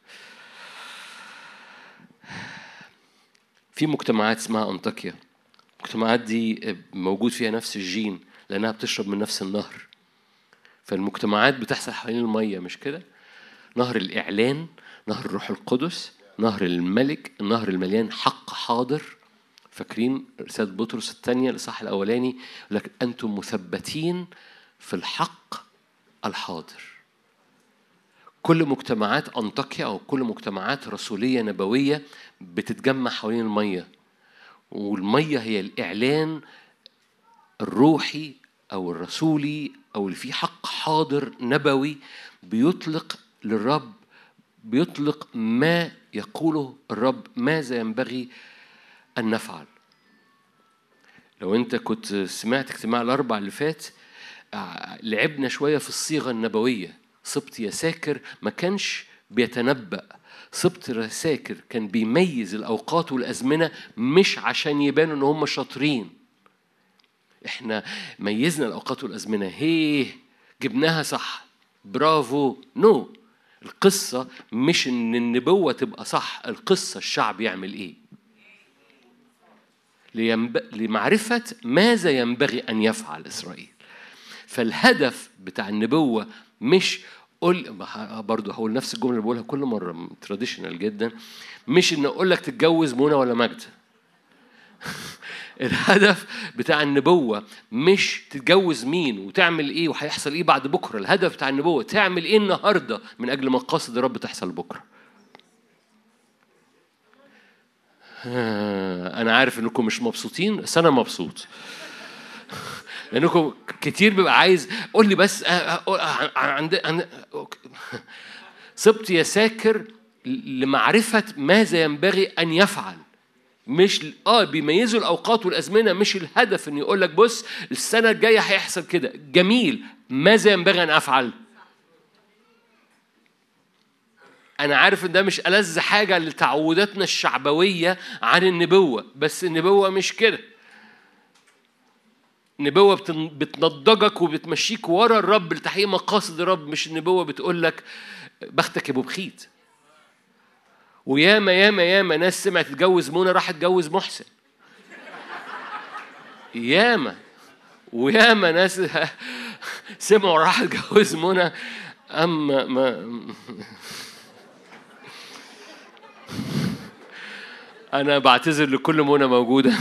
في مجتمعات اسمها أنطاكيا، المجتمعات دي موجود فيها نفس الجين لأنها بتشرب من نفس النهر. فالمجتمعات بتحصل حوالين المية، مش كده؟ نهر الإعلان، نهر الروح القدس، نهر الملك، النهر المليان حق حاضر. فاكرين رسالة بطرس الثانية الإصحاح الأولاني لكن أنتم مثبتين في الحق الحاضر. كل مجتمعات أنطاكيا أو كل مجتمعات رسولية نبوية بتتجمع حوالين المية، والمية هي الإعلان الروحي أو الرسولي أو اللي فيه حق حاضر نبوي بيطلق للرب، بيطلق ما يقوله الرب ماذا ينبغي أن نفعل. لو أنت كنت سمعت اجتماع الأربع اللي فات، لعبنا شوية في الصيغة النبوية. سبط يساكر ما كانش بيتنبأ، سبط يساكر كان بيميز الأوقات والأزمنة، مش عشان يبانوا إن هم شاطرين. إحنا ميزنا الأوقات والأزمنة، هي جبناها صح، برافو. نو no. القصة مش إن النبوة تبقى صح، القصة الشعب يعمل إيه، لينب... لمعرفة ماذا ينبغي أن يفعل إسرائيل. فالهدف بتاع النبوة مش قول، برضو هقول نفس الجملة اللي بقولها كل مرة، تراديشنال جدا، مش إن أقول لك تتجوز منى ولا مجد. الهدف بتاع النبوة مش تتجوز مين وتعمل إيه وهيحصل إيه بعد بكرة. الهدف بتاع النبوة تعمل إيه النهاردة من أجل مقاصد الرب تحصل بكرة. أنا عارف إنكم مش مبسوطين، بس أنا مبسوط لأنكم كتير بيبقى عايز قول لي بس عند سبط يساكر لمعرفة ماذا ينبغي أن يفعل. مش آه بيميزوا الأوقات والأزمنة، مش الهدف إن يقول لك بص السنة الجاية هيحصل كده. جميل، ماذا ينبغي أن أفعل؟ أنا عارف إن ده مش ألذ حاجة لتعوداتنا الشعبوية عن النبوة، بس النبوة مش كده. النبوة بتنضجك وبتمشيك ورا الرب لتحقيق مقاصد الرب، مش النبوة بتقول لك بختك يا ابو بخيت. وياما ياما ياما ناس سمعت تتجوز منى راح تتجوز محسن، ياما وياما ناس سمعوا راح تتجوز منى. أما ما أنا بعتذر لكل منى موجودة.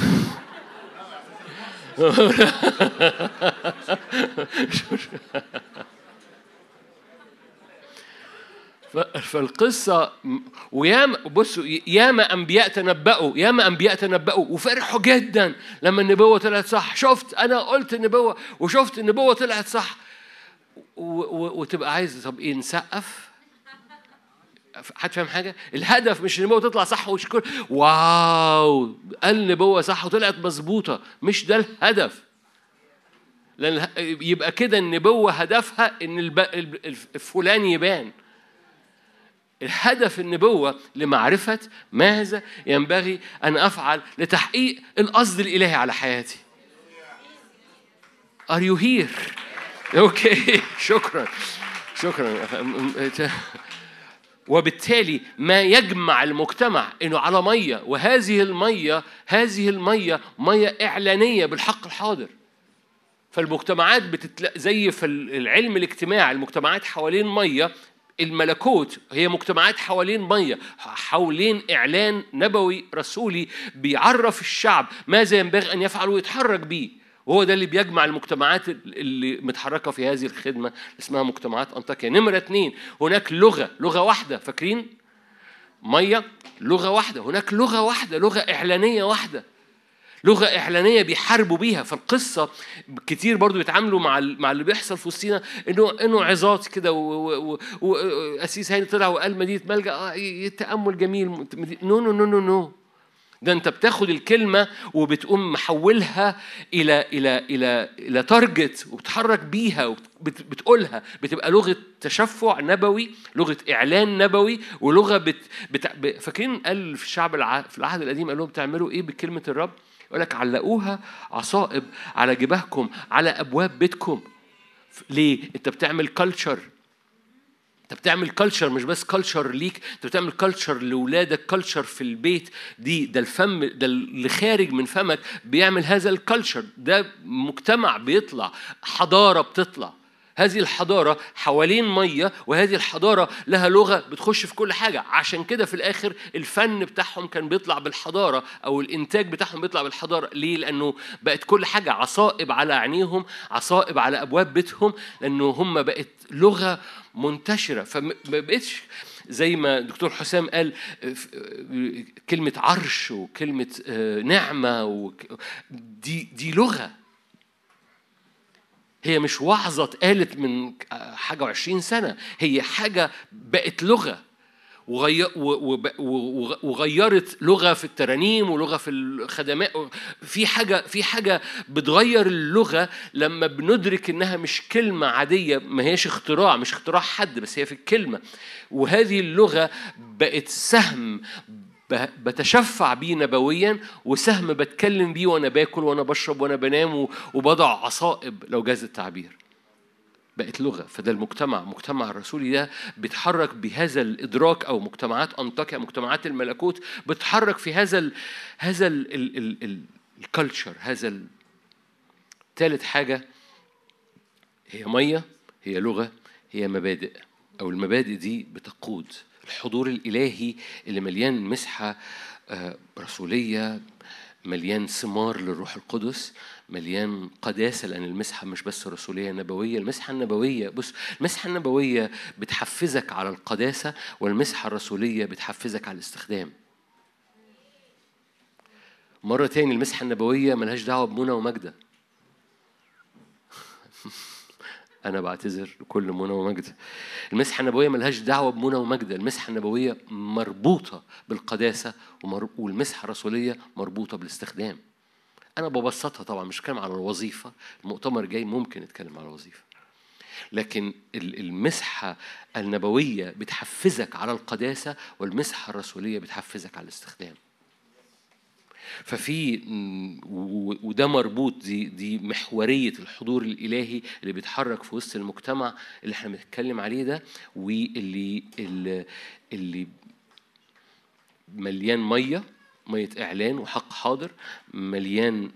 فالقصة وياما بصوا ياما أنبياء تنبأوا، ياما أنبياء تنبأوا وفرحوا جدا لما النبوة طلعت صح. شفت أنا قلت النبوة وشفت النبوة طلعت صح، وتبقى عايز طب إيه نسقف؟ حد فاهم حاجة؟ الهدف مش النبوة تطلع صح وشكر واو قال النبوة صح وطلعت مظبوطة، مش ده الهدف. لأن يبقى كده النبوة هدفها إن الفلان يبان. الهدف النبوة لمعرفة ماذا ينبغي أن أفعل لتحقيق القصد الإلهي على حياتي. Are you here؟ أوكي شكرا شكرا. وبالتالي ما يجمع المجتمع إنه على مية، وهذه المية هذه المية مية إعلانية بالحق الحاضر. فالمجتمعات بتتلا زي في العلم الاجتماعي، المجتمعات حوالين مية. الملكوت هي مجتمعات حوالين مية، حوالين إعلان نبوي رسولي بيعرف الشعب ماذا ينبغي أن يفعل ويتحرك بيه. وهو ده اللي بيجمع المجتمعات اللي متحركة في هذه الخدمة اسمها مجتمعات أنطاكيا. نمرة اتنين، هناك لغة لغة واحدة. فاكرين مية لغة واحدة، هناك لغة واحدة، لغة إعلانية واحدة، لغة إعلانية بيحاربوا بيها. فالقصة كتير برضو بيتعاملوا مع مع اللي بيحصل في وسطنا إنه إنه عظات كده، وأسيس هاني طلع وقال مدينة ملجأ آه تأمل جميل. نو نو نو نو نو ده أنت بتاخد الكلمة وبتقوم محولها إلى إلى إلى إلى تارجت وبتحرك بيها وبتقولها. بتبقى لغة تشفع نبوي، لغة إعلان نبوي، ولغة بت, بت فاكرين قال في الشعب الع... في العهد القديم قال لهم بتعملوا إيه بكلمة الرب؟ يقول لك علقوها عصائب على جباهكم على أبواب بيتكم. ليه؟ أنت بتعمل كلتشر، أنت بتعمل كلتشر، مش بس كلتشر ليك، أنت بتعمل كلتشر لأولادك، كلتشر في البيت. دي ده الفم، ده اللي خارج من فمك بيعمل هذا الكلتشر. ده مجتمع بيطلع، حضارة بتطلع. هذه الحضارة حوالين مية، وهذه الحضارة لها لغة بتخش في كل حاجة. عشان كده في الآخر الفن بتاعهم كان بيطلع بالحضارة، أو الإنتاج بتاعهم بيطلع بالحضارة. ليه؟ لأنه بقت كل حاجة عصائب على عينيهم، عصائب على أبواب بيتهم، لأنه هم بقت لغة منتشرة. فما بقتش زي ما دكتور حسام قال كلمة عرش وكلمة نعمة، دي دي لغة، هي مش وعظة اتقالت من حاجة وعشرين سنة، هي حاجة بقت لغة. وغيرت لغة في الترانيم ولغة في الخدمات. في حاجة في حاجة بتغير اللغة لما بندرك إنها مش كلمة عادية، ما هيش اختراع، مش اختراع حد، بس هي في الكلمة. وهذه اللغة بقت سهم بتشفع بيه نبويا، وسهم بتكلم بيه وأنا باكل وأنا بشرب وأنا بنام وبضع عصائب لو جاز التعبير. بقت لغة. فده المجتمع، مجتمع الرسولي ده بيتحرك بهذا الإدراك، أو مجتمعات أنطاكيا، مجتمعات الملكوت بتحرك في هذا ال هذا ال ال ال ال الكالتشر. هذا ال... ثالث حاجة هي مية، هي لغة، هي مبادئ، أو المبادئ دي بتقود الحضور الإلهي اللي مليان مسحة رسولية، مليان ثمار للروح القدس، مليان قداسة، لأن المسحة مش بس رسولية نبوية. المسحة النبوية، بص، المسحة النبوية بتحفزك على القداسة، والمسحة الرسولية بتحفزك على الاستخدام. مرة تاني، المسحة النبوية ملهاش دعوة بمنى ومجدة. أنا بعتذر لكل منى ومجدة. المسحة النبوية ملهاش دعوة بمنى ومجدة. المسحة النبوية مربوطة بالقداسة، والمسحة الرسولية مربوطة بالاستخدام. أنا ببسطها طبعا، مش كلام على الوظيفة، المؤتمر جاي ممكن نتكلم على الوظيفة، لكن المسحة النبوية بتحفزك على القداسة، والمسحة الرسولية بتحفزك على الاستخدام. ففي وده مربوط، دي دي محورية الحضور الإلهي اللي بيتحرك في وسط المجتمع اللي احنا بنتكلم عليه ده، واللي اللي, اللي مليان مية مية إعلان وحق حاضر، مليان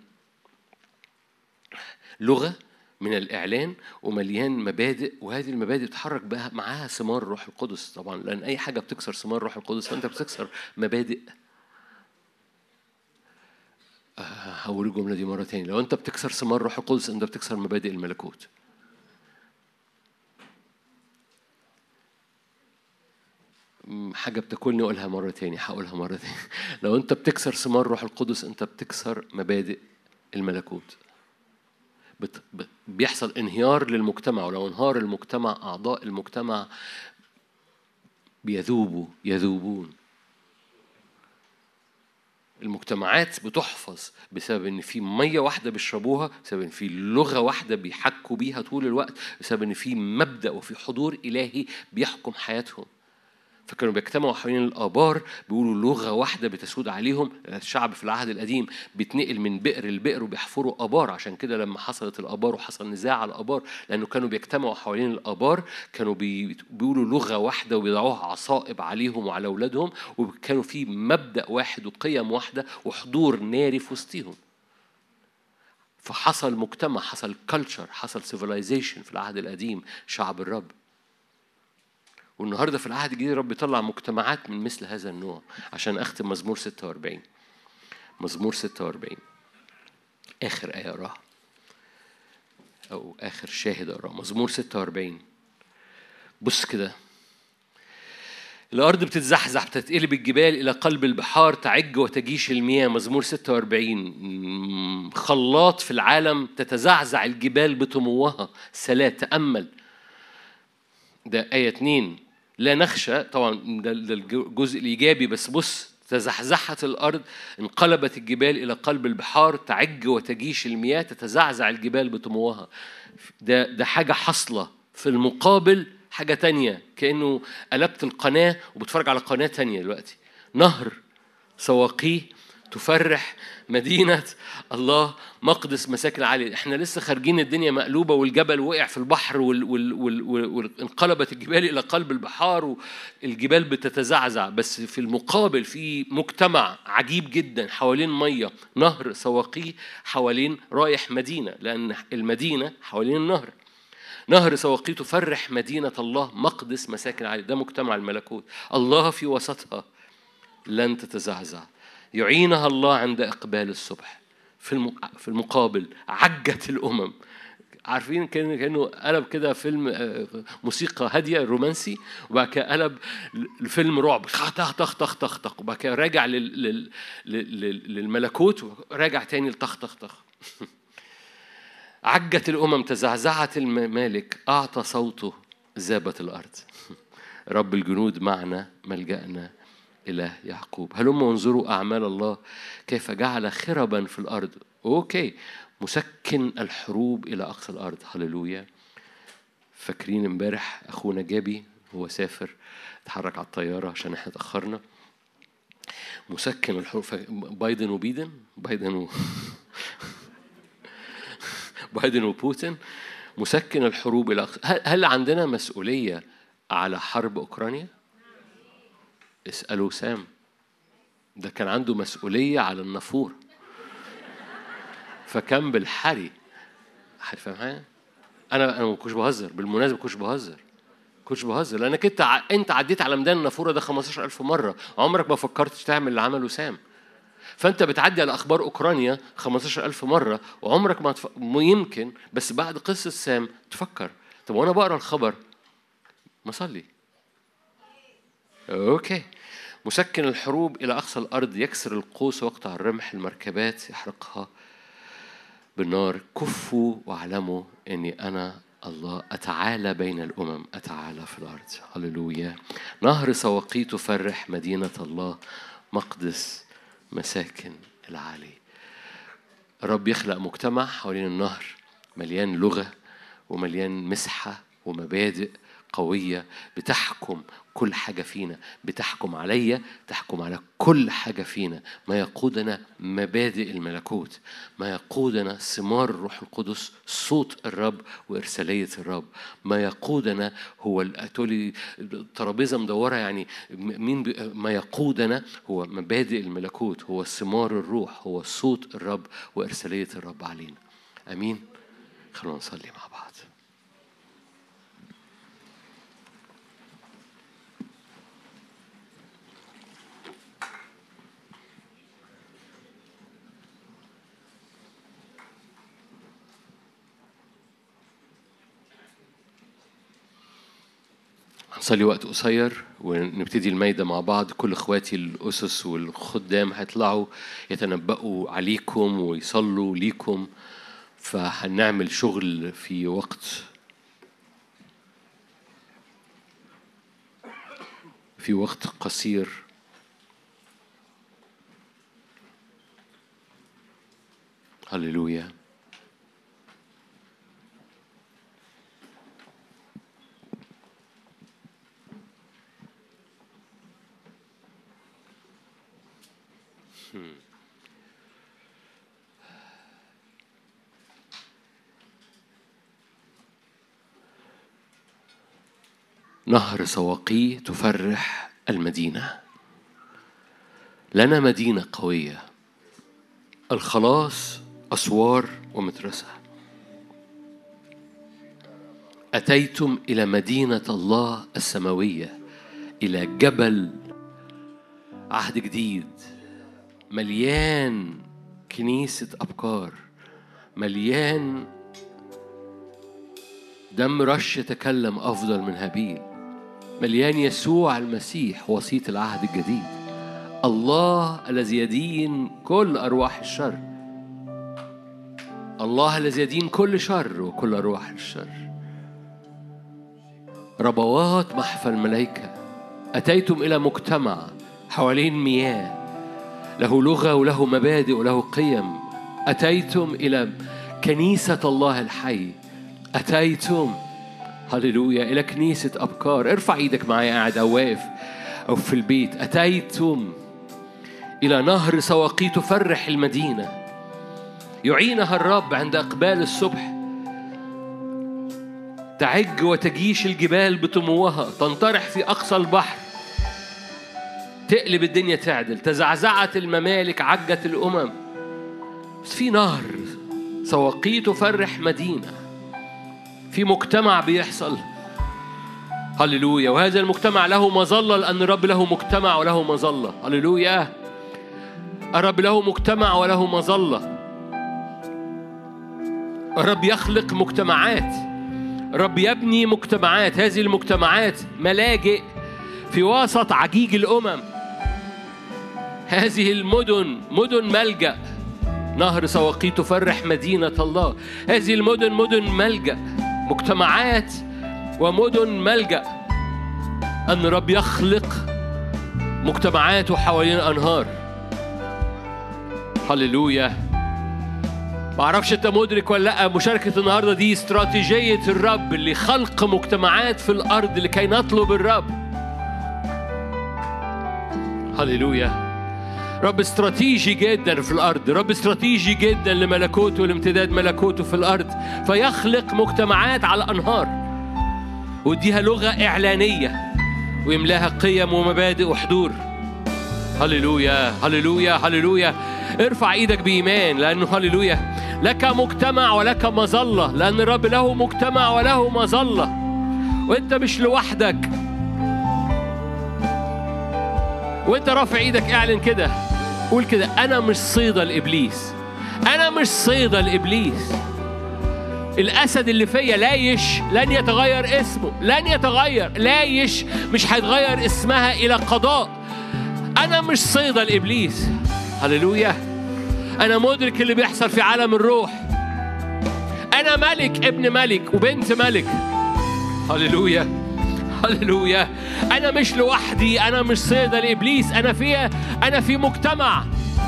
لغة من الإعلان، ومليان مبادئ. وهذه المبادئ تتحرك بها معاها ثمار الروح القدس طبعا، لأن أي حاجة بتكسر ثمار الروح القدس فأنت بتكسر مبادئ. هقول الجملة دي مرة تاني، لو أنت بتكسر ثمار الروح القدس أنت بتكسر مبادئ الملكوت. حاجة بتاكلني أقولها مرة تاني، هقولها مرة تاني. لو أنت بتكسر ثمار الروح القدس أنت بتكسر مبادئ الملكوت. بت... بيحصل انهيار للمجتمع، ولو انهار المجتمع أعضاء المجتمع بيذوبوا يذوبون. المجتمعات بتحفظ بسبب ان في ميه واحده بيشربوها، بسبب ان في لغه واحده بيحكوا بيها طول الوقت، بسبب ان في مبدأ وفي حضور إلهي بيحكم حياتهم. فكانوا بيجتمعوا حوالين الآبار، بيقولوا لغة واحدة بتسود عليهم. الشعب في العهد القديم بيتنقل من بئر لبئر وبيحفروا آبار، عشان كده لما حصلت الآبار وحصل نزاع على الآبار، لأنه كانوا بيجتمعوا حوالين الآبار، كانوا بيقولوا لغة واحدة وبيضعوها عصائب عليهم وعلى أولادهم، وكانوا في مبدأ واحد وقيم واحدة وحضور ناري في وسطهم. فحصل مجتمع، حصل كلتشر، حصل سيفيلايزيشن في العهد القديم، شعب الرب. والنهارده في العهد الجديد رب يطلع مجتمعات من مثل هذا النوع. عشان أختم مزمور ستة وأربعين، مزمور ستة وأربعين آخر آية أقراها، أو آخر شاهد أقراها. مزمور ستة وأربعين. بص كده، الأرض بتتزحزح، بتتقلب الجبال إلى قلب البحار، تعج وتجيش المياه. مزمور ستة وأربعين. خلاط في العالم، تتزعزع الجبال بطموها. سلا، تأمل. ده آية اتنين. لا نخشى، طبعا ده الجزء الإيجابي، بس بص، تزحزحت الأرض، انقلبت الجبال إلى قلب البحار، تعج وتجيش المياه، تتزعزع الجبال بطموها. ده ده حاجة حصلة. في المقابل حاجة تانية، كأنه قلبت القناة وبتفرج على قناة تانية دلوقتي. نهر سواقيه تفرح مدينة الله، مقدس مساكن عالية. احنا لسه خارجين، الدنيا مقلوبة والجبل وقع في البحر، وانقلبت الجبال إلى قلب البحار، والجبال بتتزعزع. بس في المقابل في مجتمع عجيب جدا حوالين مية، نهر سواقيه حوالين رايح مدينة، لأن المدينة حوالين النهر. نهر سواقيه تفرح مدينة الله، مقدس مساكن عالية. ده مجتمع الملكوت، الله في وسطها لن تتزعزع. يعينها الله عند إقبال الصبح. في في المقابل عجت الأمم. عارفين كأنه كأنه قلب كده فيلم موسيقى هادية رومانسي، وبعد كده قلب الفيلم رعب، طخ طخ طخ طخ طخ، وبعد كده راجع لل للملكوت، وراجع تاني لطخ طخ طخ. عجت الأمم، تزعزعت الممالك، أعطى صوته ذابت الأرض. رب الجنود معنا ملجأنا إله يعقوب. هلما انظروا أعمال الله كيف جعل خربا في الأرض. أوكي، مسكن الحروب إلى أقصى الأرض. هللويا. فاكرين امبارح أخونا جابي هو سافر اتحرك على الطيارة عشان احنا تأخرنا. مسكن الحروب. بايدن وبيدن بايدن و... بايدن وبوتين. مسكن الحروب إلى أقصى. هل عندنا مسؤولية على حرب أوكرانيا؟ اسألوا سام، ده كان عنده مسؤولية على النافورة فكان بالحري. فاهم حاجة؟ أنا أنا ما كنتش بهزر، بالمناسبة ما كنتش بهزر كنتش بهزر لأنك أنت ع... أنت عديت على ميدان النافورة ده خمستاشر ألف مرة، عمرك ما فكرتش تعمل اللي عمله سام. فأنت بتعدي على أخبار أوكرانيا خمستاشر ألف مرة وعمرك ما تف... يمكن بس بعد قصة سام تفكر طب وأنا بقرأ الخبر ما صلي. أوكي. مسكن الحروب إلى أقصى الأرض، يكسر القوس ويقطع الرمح، المركبات يحرقها بالنار. كفوا واعلموا أني أنا الله أتعالى بين الأمم، أتعالى في الأرض. هللويا. نهر سواقي تفرح مدينة الله، مقدس مساكن العالي. الرب يخلق مجتمع حوالين النهر مليان لغة ومليان مسحة ومبادئ قوية بتحكم كل حاجة فينا، بتحكم عليا، تحكم على كل حاجة فينا. ما يقودنا مبادئ الملكوت، ما يقودنا ثمار الروح القدس، صوت الرب وإرسالية الرب. ما يقودنا هو الأتولي الترابيزة مدورة، يعني مين ما يقودنا هو مبادئ الملكوت، هو ثمار الروح، هو صوت الرب وإرسالية الرب علينا. أمين. خلونا نصلي مع بعض. نصلي وقت قصير ونبتدي المايدة مع بعض. كل اخواتي الأسس والخدام هيطلعوا يتنبأوا عليكم ويصلوا ليكم، فهنعمل شغل في وقت في وقت قصير. هللويا. نهر سواقي تفرح المدينة. لنا مدينة قوية، الخلاص أسوار ومدرسة. أتيتم إلى مدينة الله السماوية، إلى جبل عهد جديد مليان كنيسة أبكار، مليان دم رش يتكلم أفضل من هابيل، مليان يسوع المسيح وسيط العهد الجديد، الله الذي يدين كل أرواح الشر، الله الذي يدين كل شر وكل أرواح الشر. ربوات محفى الملائكة. أتيتم إلى مجتمع حوالين مياه، له لغة وله مبادئ وله قيم. أتيتم إلى كنيسة الله الحي. أتيتم هللويا إلى كنيسة أبكار. ارفع ايدك معايا قاعد أو واقف أو في البيت. أتيتم إلى نهر سواقي تفرح المدينة، يعينها الرب عند إقبال الصبح. تعج وتجيش الجبال بطموها، تنطرح في أقصى البحر، تقلب الدنيا تعدل. تزعزعت الممالك، عجت الأمم. بس في نهر سواقي تفرح مدينة، في مجتمع بيحصل. هللويا. وهذا المجتمع له مظلة، لأن الرب له مجتمع وله مظلة. هللويا. الرب له مجتمع وله مظلة. الرب يخلق مجتمعات، الرب يبني مجتمعات. هذه المجتمعات ملاجئ في وسط عجيج الأمم. هذه المدن مدن ملجأ. نهر سواقي تفرح مدينة الله. هذه المدن مدن ملجأ، مجتمعات ومدن ملجأ. أن الرب يخلق مجتمعاته حوالين أنهار. هللويا. ما أعرفش أنت مدرك ولا لأ، مشاركة النهاردة دي استراتيجية الرب اللي خلق مجتمعات في الأرض لكي نطلب الرب. هللويا. رب استراتيجي جدا في الأرض، رب استراتيجي جدا لملكوته ولامتداد ملكوته في الأرض، فيخلق مجتمعات على أنهار ويديها لغة إعلانية ويملاها قيم ومبادئ وحضور. هللويا هللويا هللويا. ارفع ايدك بإيمان، لأنه هللويا لك مجتمع ولك مظلة، لأن الرب له مجتمع وله مظلة، وانت مش لوحدك. وانت رافع ايدك اعلن كده، قول كده: أنا مش صيدة لإبليس، أنا مش صيدة لإبليس. الأسد اللي فيا لايش لن يتغير اسمه، لن يتغير. لايش مش هيتغير اسمها إلى قضاء. أنا مش صيدة لإبليس. هللويا. أنا مدرك اللي بيحصل في عالم الروح. أنا ملك، ابن ملك وبنت ملك. هللويا هللويا. أنا مش لوحدي، أنا مش صيدة لإبليس، أنا فيها، أنا في مجتمع.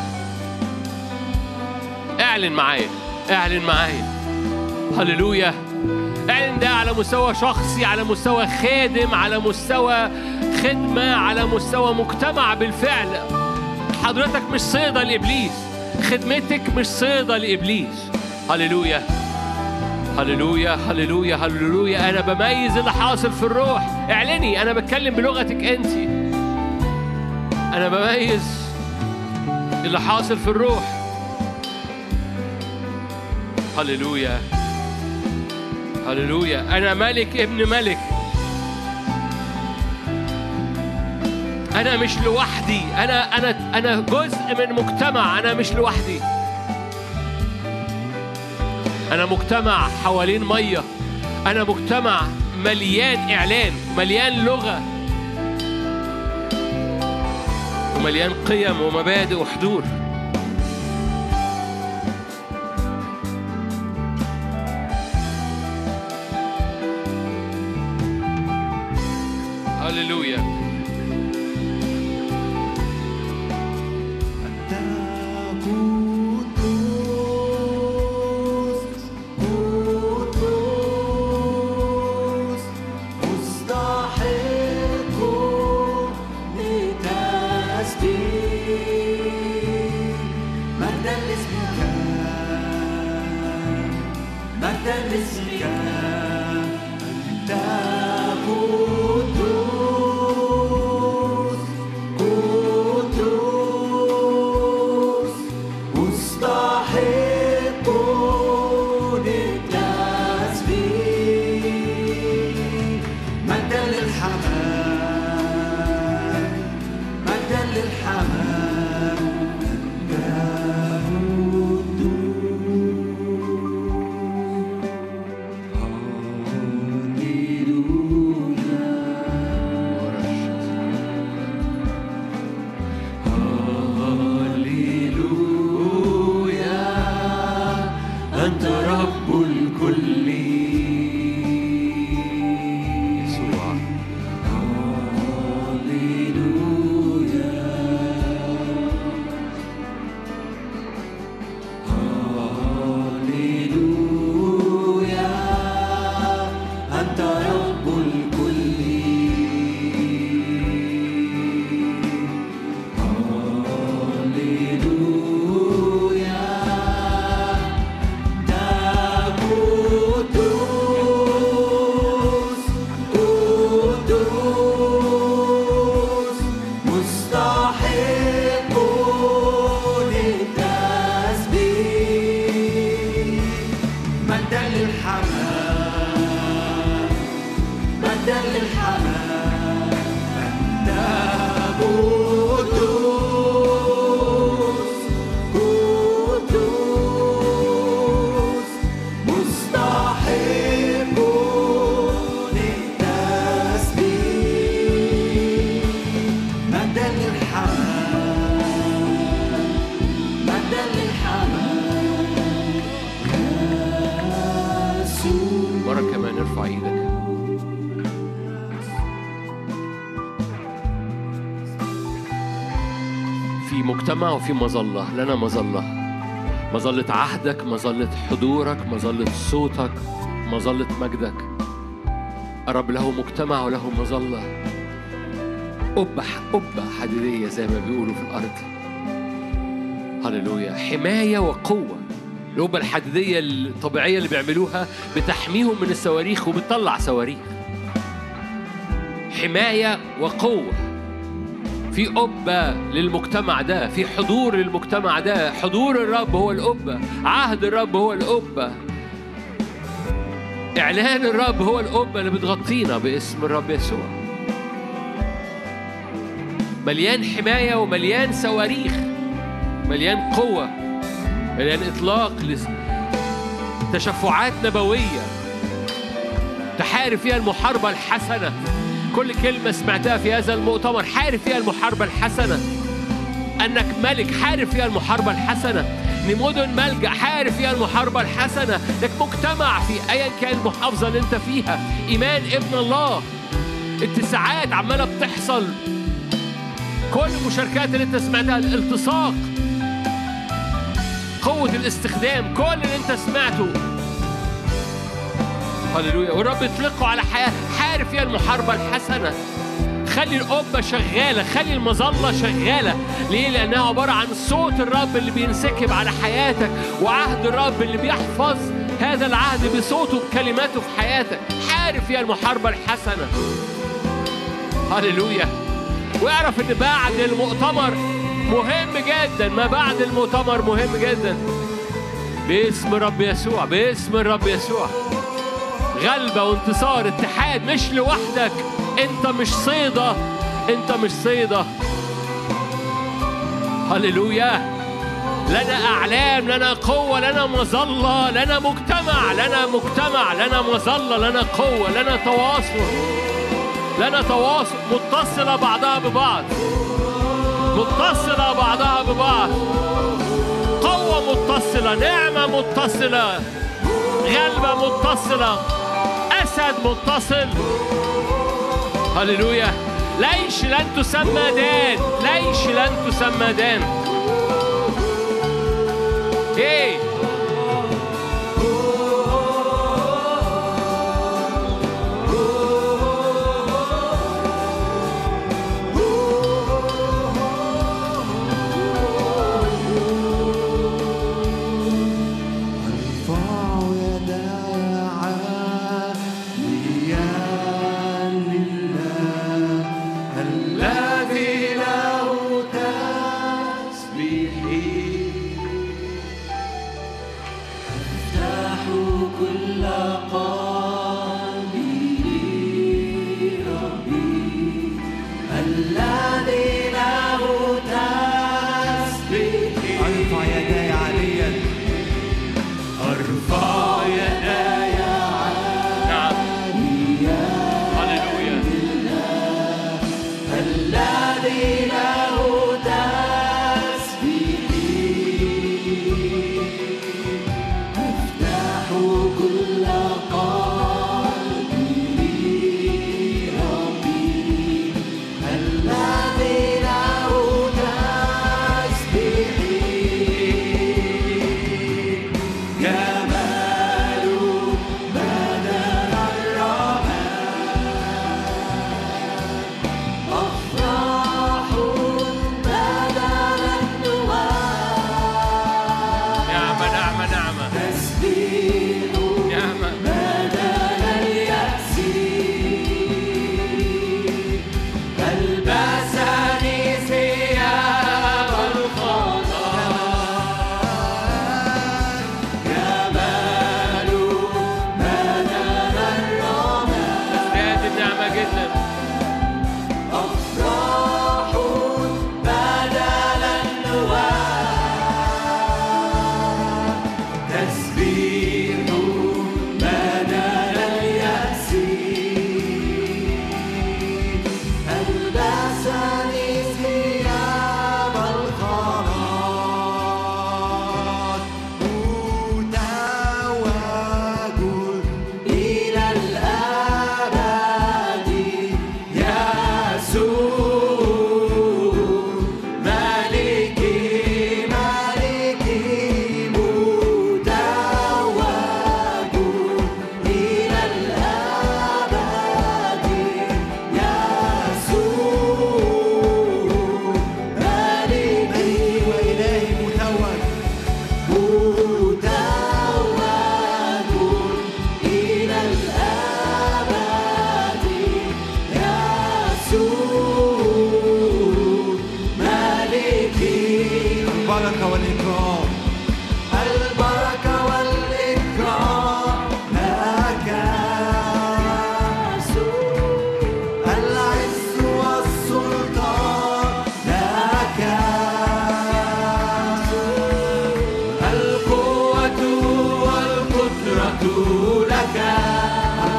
اعلن معايا، اعلن معايا. هللويا. اعلن ده على مستوى شخصي، على مستوى خادم، على مستوى خدمة، على مستوى مجتمع. بالفعل حضرتك مش صيدة لإبليس، خدمتك مش صيدة لإبليس. هللويا هللويا هللويا هللويا. أنا بميز اللي حاصل في الروح. اعلني، أنا بتكلم بلغتك أنت. أنا بميز اللي حاصل في الروح. هللويا هللويا. أنا ملك ابن ملك. أنا مش لوحدي، أنا أنا أنا جزء من مجتمع. أنا مش لوحدي، أنا مجتمع حوالين مية. أنا مجتمع مليان إعلان، مليان لغة، ومليان قيم ومبادئ وحضور. هللويا. مجتمع وفي مظلة، لنا مظلة، مظلة عهدك، مظلة حضورك، مظلة صوتك، مظلة مجدك. الرب له مجتمع وله مظلة، قبة قبة حديدية زي ما بيقولوا في الأرض. هللويا. حماية وقوة. القبة الحديدية الطبيعية اللي بيعملوها بتحميهم من الصواريخ وبتطلع صواريخ. حماية وقوة. في قبة للمجتمع ده، في حضور للمجتمع ده. حضور الرب هو القبة، عهد الرب هو القبة، إعلان الرب هو القبة اللي بتغطينا باسم الرب يسوع. مليان حماية ومليان صواريخ، مليان قوة، مليان إطلاق لتشفعات نبوية تحارب فيها المحاربة الحسنة. كل كلمة سمعتها في هذا المؤتمر حارب فيها المحاربة الحسنة. أنك ملك حارب فيها المحاربة الحسنة. نمودن ملجأ حارب فيها المحاربة الحسنة. إنك مجتمع في أيا كان المحافظة اللي أنت فيها. إيمان ابن الله، اتساعات عمالة بتحصل. كل المشاركات اللي أنت سمعتها، الالتصاق، قوة الاستخدام، كل اللي أنت سمعته. هللويا. والرب يطلقه على حياة حارب فيها المحاربة الحسنة. خلي القبة شغالة، خلي المظلة شغالة. ليه؟ لأنها عبارة عن صوت الرب اللي بينسكب على حياتك، وعهد الرب اللي بيحفظ هذا العهد بصوته بكلماته في حياتك. حارب فيها المحاربة الحسنة. هللويا. واعرف ان بعد المؤتمر مهم جدا، ما بعد المؤتمر مهم جدا باسم الرب يسوع، باسم الرب يسوع. غلبة وانتصار، اتحاد، مش لوحدك. انت مش صيدة، انت مش صيدة. هللويا. لنا أعلام، لنا قوة، لنا مظلة، لنا مجتمع، لنا مجتمع، لنا مظلة، لنا قوة، لنا تواصل، لنا تواصل، متصلة بعضها ببعض، متصلة بعضها ببعض. قوة متصلة، نعمة متصلة، غلبة متصلة، أسد متصل. هللويا. ليش لن تسمى دان، ليش لن تسمى دان. ايه كل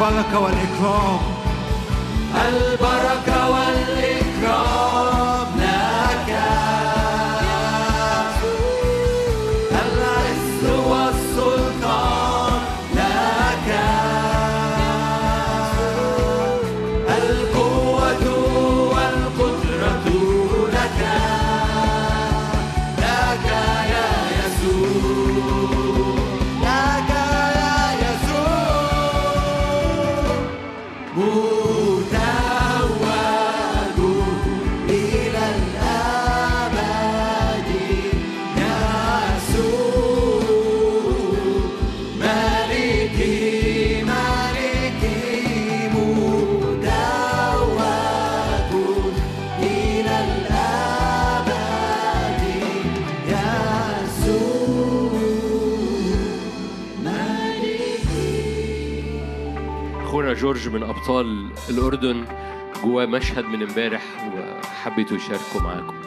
البركة والإكرام البركة والإكرام لك العز والسلطان لك القوة والقدرة لك لك يا يسوع لك يا يسوع متوج إلى الأبد يسوع ملكي ملكي متوج إلى الأبد يسوع ملكي. أخونا جورج من أبطال الأردن جواه مشهد من امبارح وحبيته يشاركه معاكم.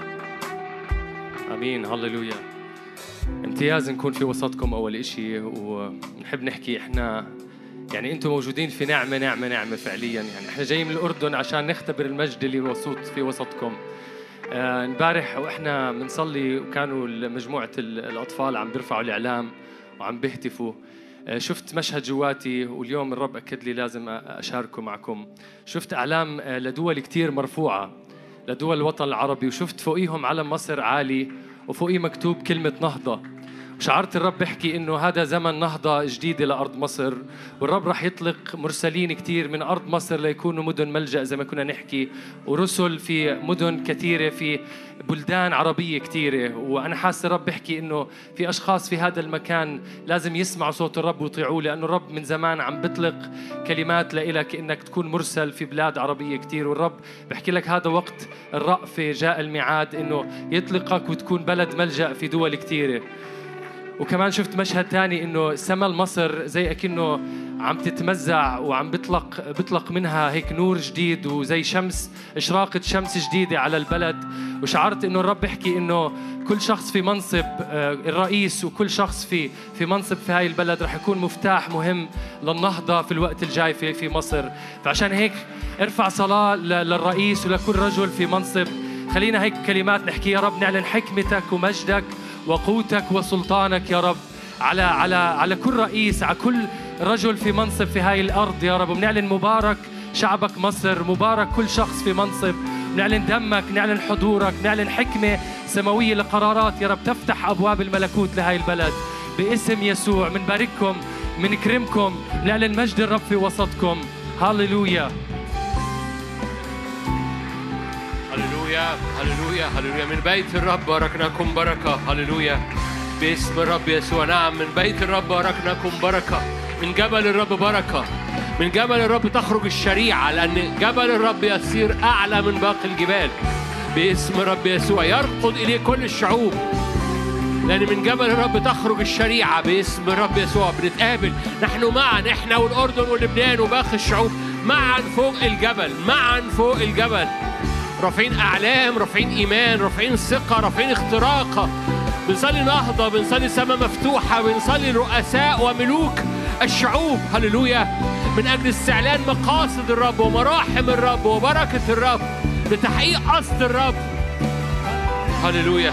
امين هللويا. امتياز نكون في وسطكم اول اشي، ونحب نحكي احنا يعني انتم موجودين في نعمه نعمه نعمه فعليا. يعني احنا جايين من الاردن عشان نختبر المجد اللي موجود في وسطكم. آه، امبارح واحنا بنصلي وكانوا مجموعه الاطفال عم بيرفعوا الاعلام وعم بيهتفوا، آه، شفت مشهد جواتي، واليوم الرب اكد لي لازم اشاركه معكم. شفت اعلام آه، لدول كتير مرفوعه، لدول الوطن العربي، وشفت فوقيهم علم مصر عالي وفوقيه مكتوب كلمة نهضة. وشعرت الرب بحكي إنه هذا زمن نهضة جديدة لأرض مصر، والرب رح يطلق مرسلين كتير من أرض مصر ليكونوا مدن ملجأ زي ما كنا نحكي، ورسل في مدن كثيرة في بلدان عربية كتيرة. وأنا حاسس الرب بحكي إنه في أشخاص في هذا المكان لازم يسمعوا صوت الرب ويطيعوه، لأنه الرب من زمان عم بطلق كلمات لإلك إنك تكون مرسل في بلاد عربية كتير. والرب بحكي لك هذا وقت الرأفة، جاء الميعاد إنه يطلقك وتكون بلد ملجأ في دول كتيرة. وكمان شفت مشهد تاني إنه سما مصر زي أكنه عم تتمزع وعم بطلق بطلق منها هيك نور جديد، وزي شمس، إشراقة شمس جديدة على البلد. وشعرت إنه الرب بحكي إنه كل شخص في منصب الرئيس وكل شخص في في منصب في هاي البلد رح يكون مفتاح مهم للنهضة في الوقت الجاي في في مصر. فعشان هيك ارفع صلاة للرئيس ولكل رجل في منصب. خلينا هيك كلمات نحكي: يا رب نعلن حكمتك ومجدك وقوتك وسلطانك يا رب على على على كل رئيس، على كل رجل في منصب في هاي الأرض يا رب. ونعلن مبارك شعبك مصر، مبارك كل شخص في منصب. نعلن دمك، نعلن حضورك، نعلن حكمة سماوية لقرارات يا رب تفتح أبواب الملكوت لهاي البلد باسم يسوع. منبارككم، منكرمكم، نعلن مجد الرب في وسطكم. هاليلويا هللويا هللويا هللويا. من بيت الرب باركناكم بركة. هللويا باسم الرب يسوع. نعم، من بيت الرب باركناكم بركة. من جبل الرب بركة. من جبل الرب تخرج الشريعة، لأن جبل الرب يصير أعلى من باقي الجبال باسم الرب يسوع. يرقد إليه كل الشعوب، لأن من جبل الرب تخرج الشريعة باسم الرب يسوع. بنتقابل نحن معا، إحنا والأردن ولبنان وباقي الشعوب معا فوق الجبل، معا فوق الجبل، رافعين أعلام، رافعين إيمان، رافعين ثقة، رافعين اختراقة. بنصلي نهضة، بنصلي سماء مفتوحة، بنصلي رؤساء وملوك الشعوب. هللويا، من أجل استعلان مقاصد الرب ومراحم الرب وبركة الرب لتحقيق قصد الرب. هللويا.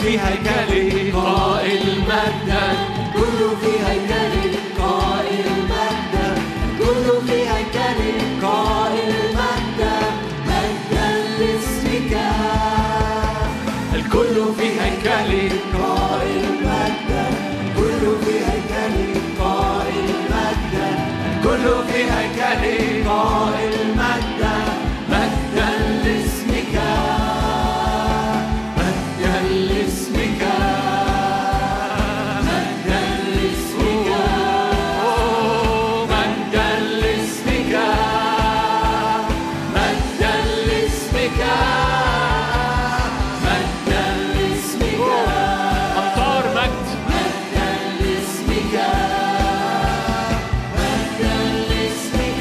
في هيكلي قائل مجدا كل في هيكلي قائل مجدا كل في هيكلي قائل مجدا مجدا لاسمك الكل في هيكلي قائل مجدا كل في هيكلي قائل مجدا كل في هيكلي قائل مجدا مجدا لاسمك مجدا لاسمك مجدا لاسمك مجدا لاسمك مجدا لاسمك مجدا لاسمك أمطار مجد مجدا لاسمك مجدا لاسمك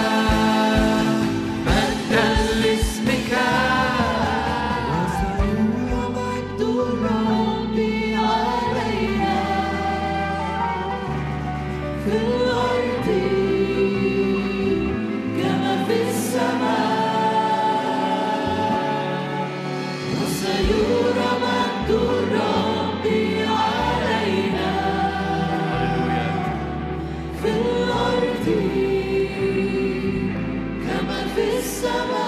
مجدا لاسمك وسيرى مجد الرب علينا في الأرض كما في السماء وسيرى مجد الرب علينا في الأرض كما في السماء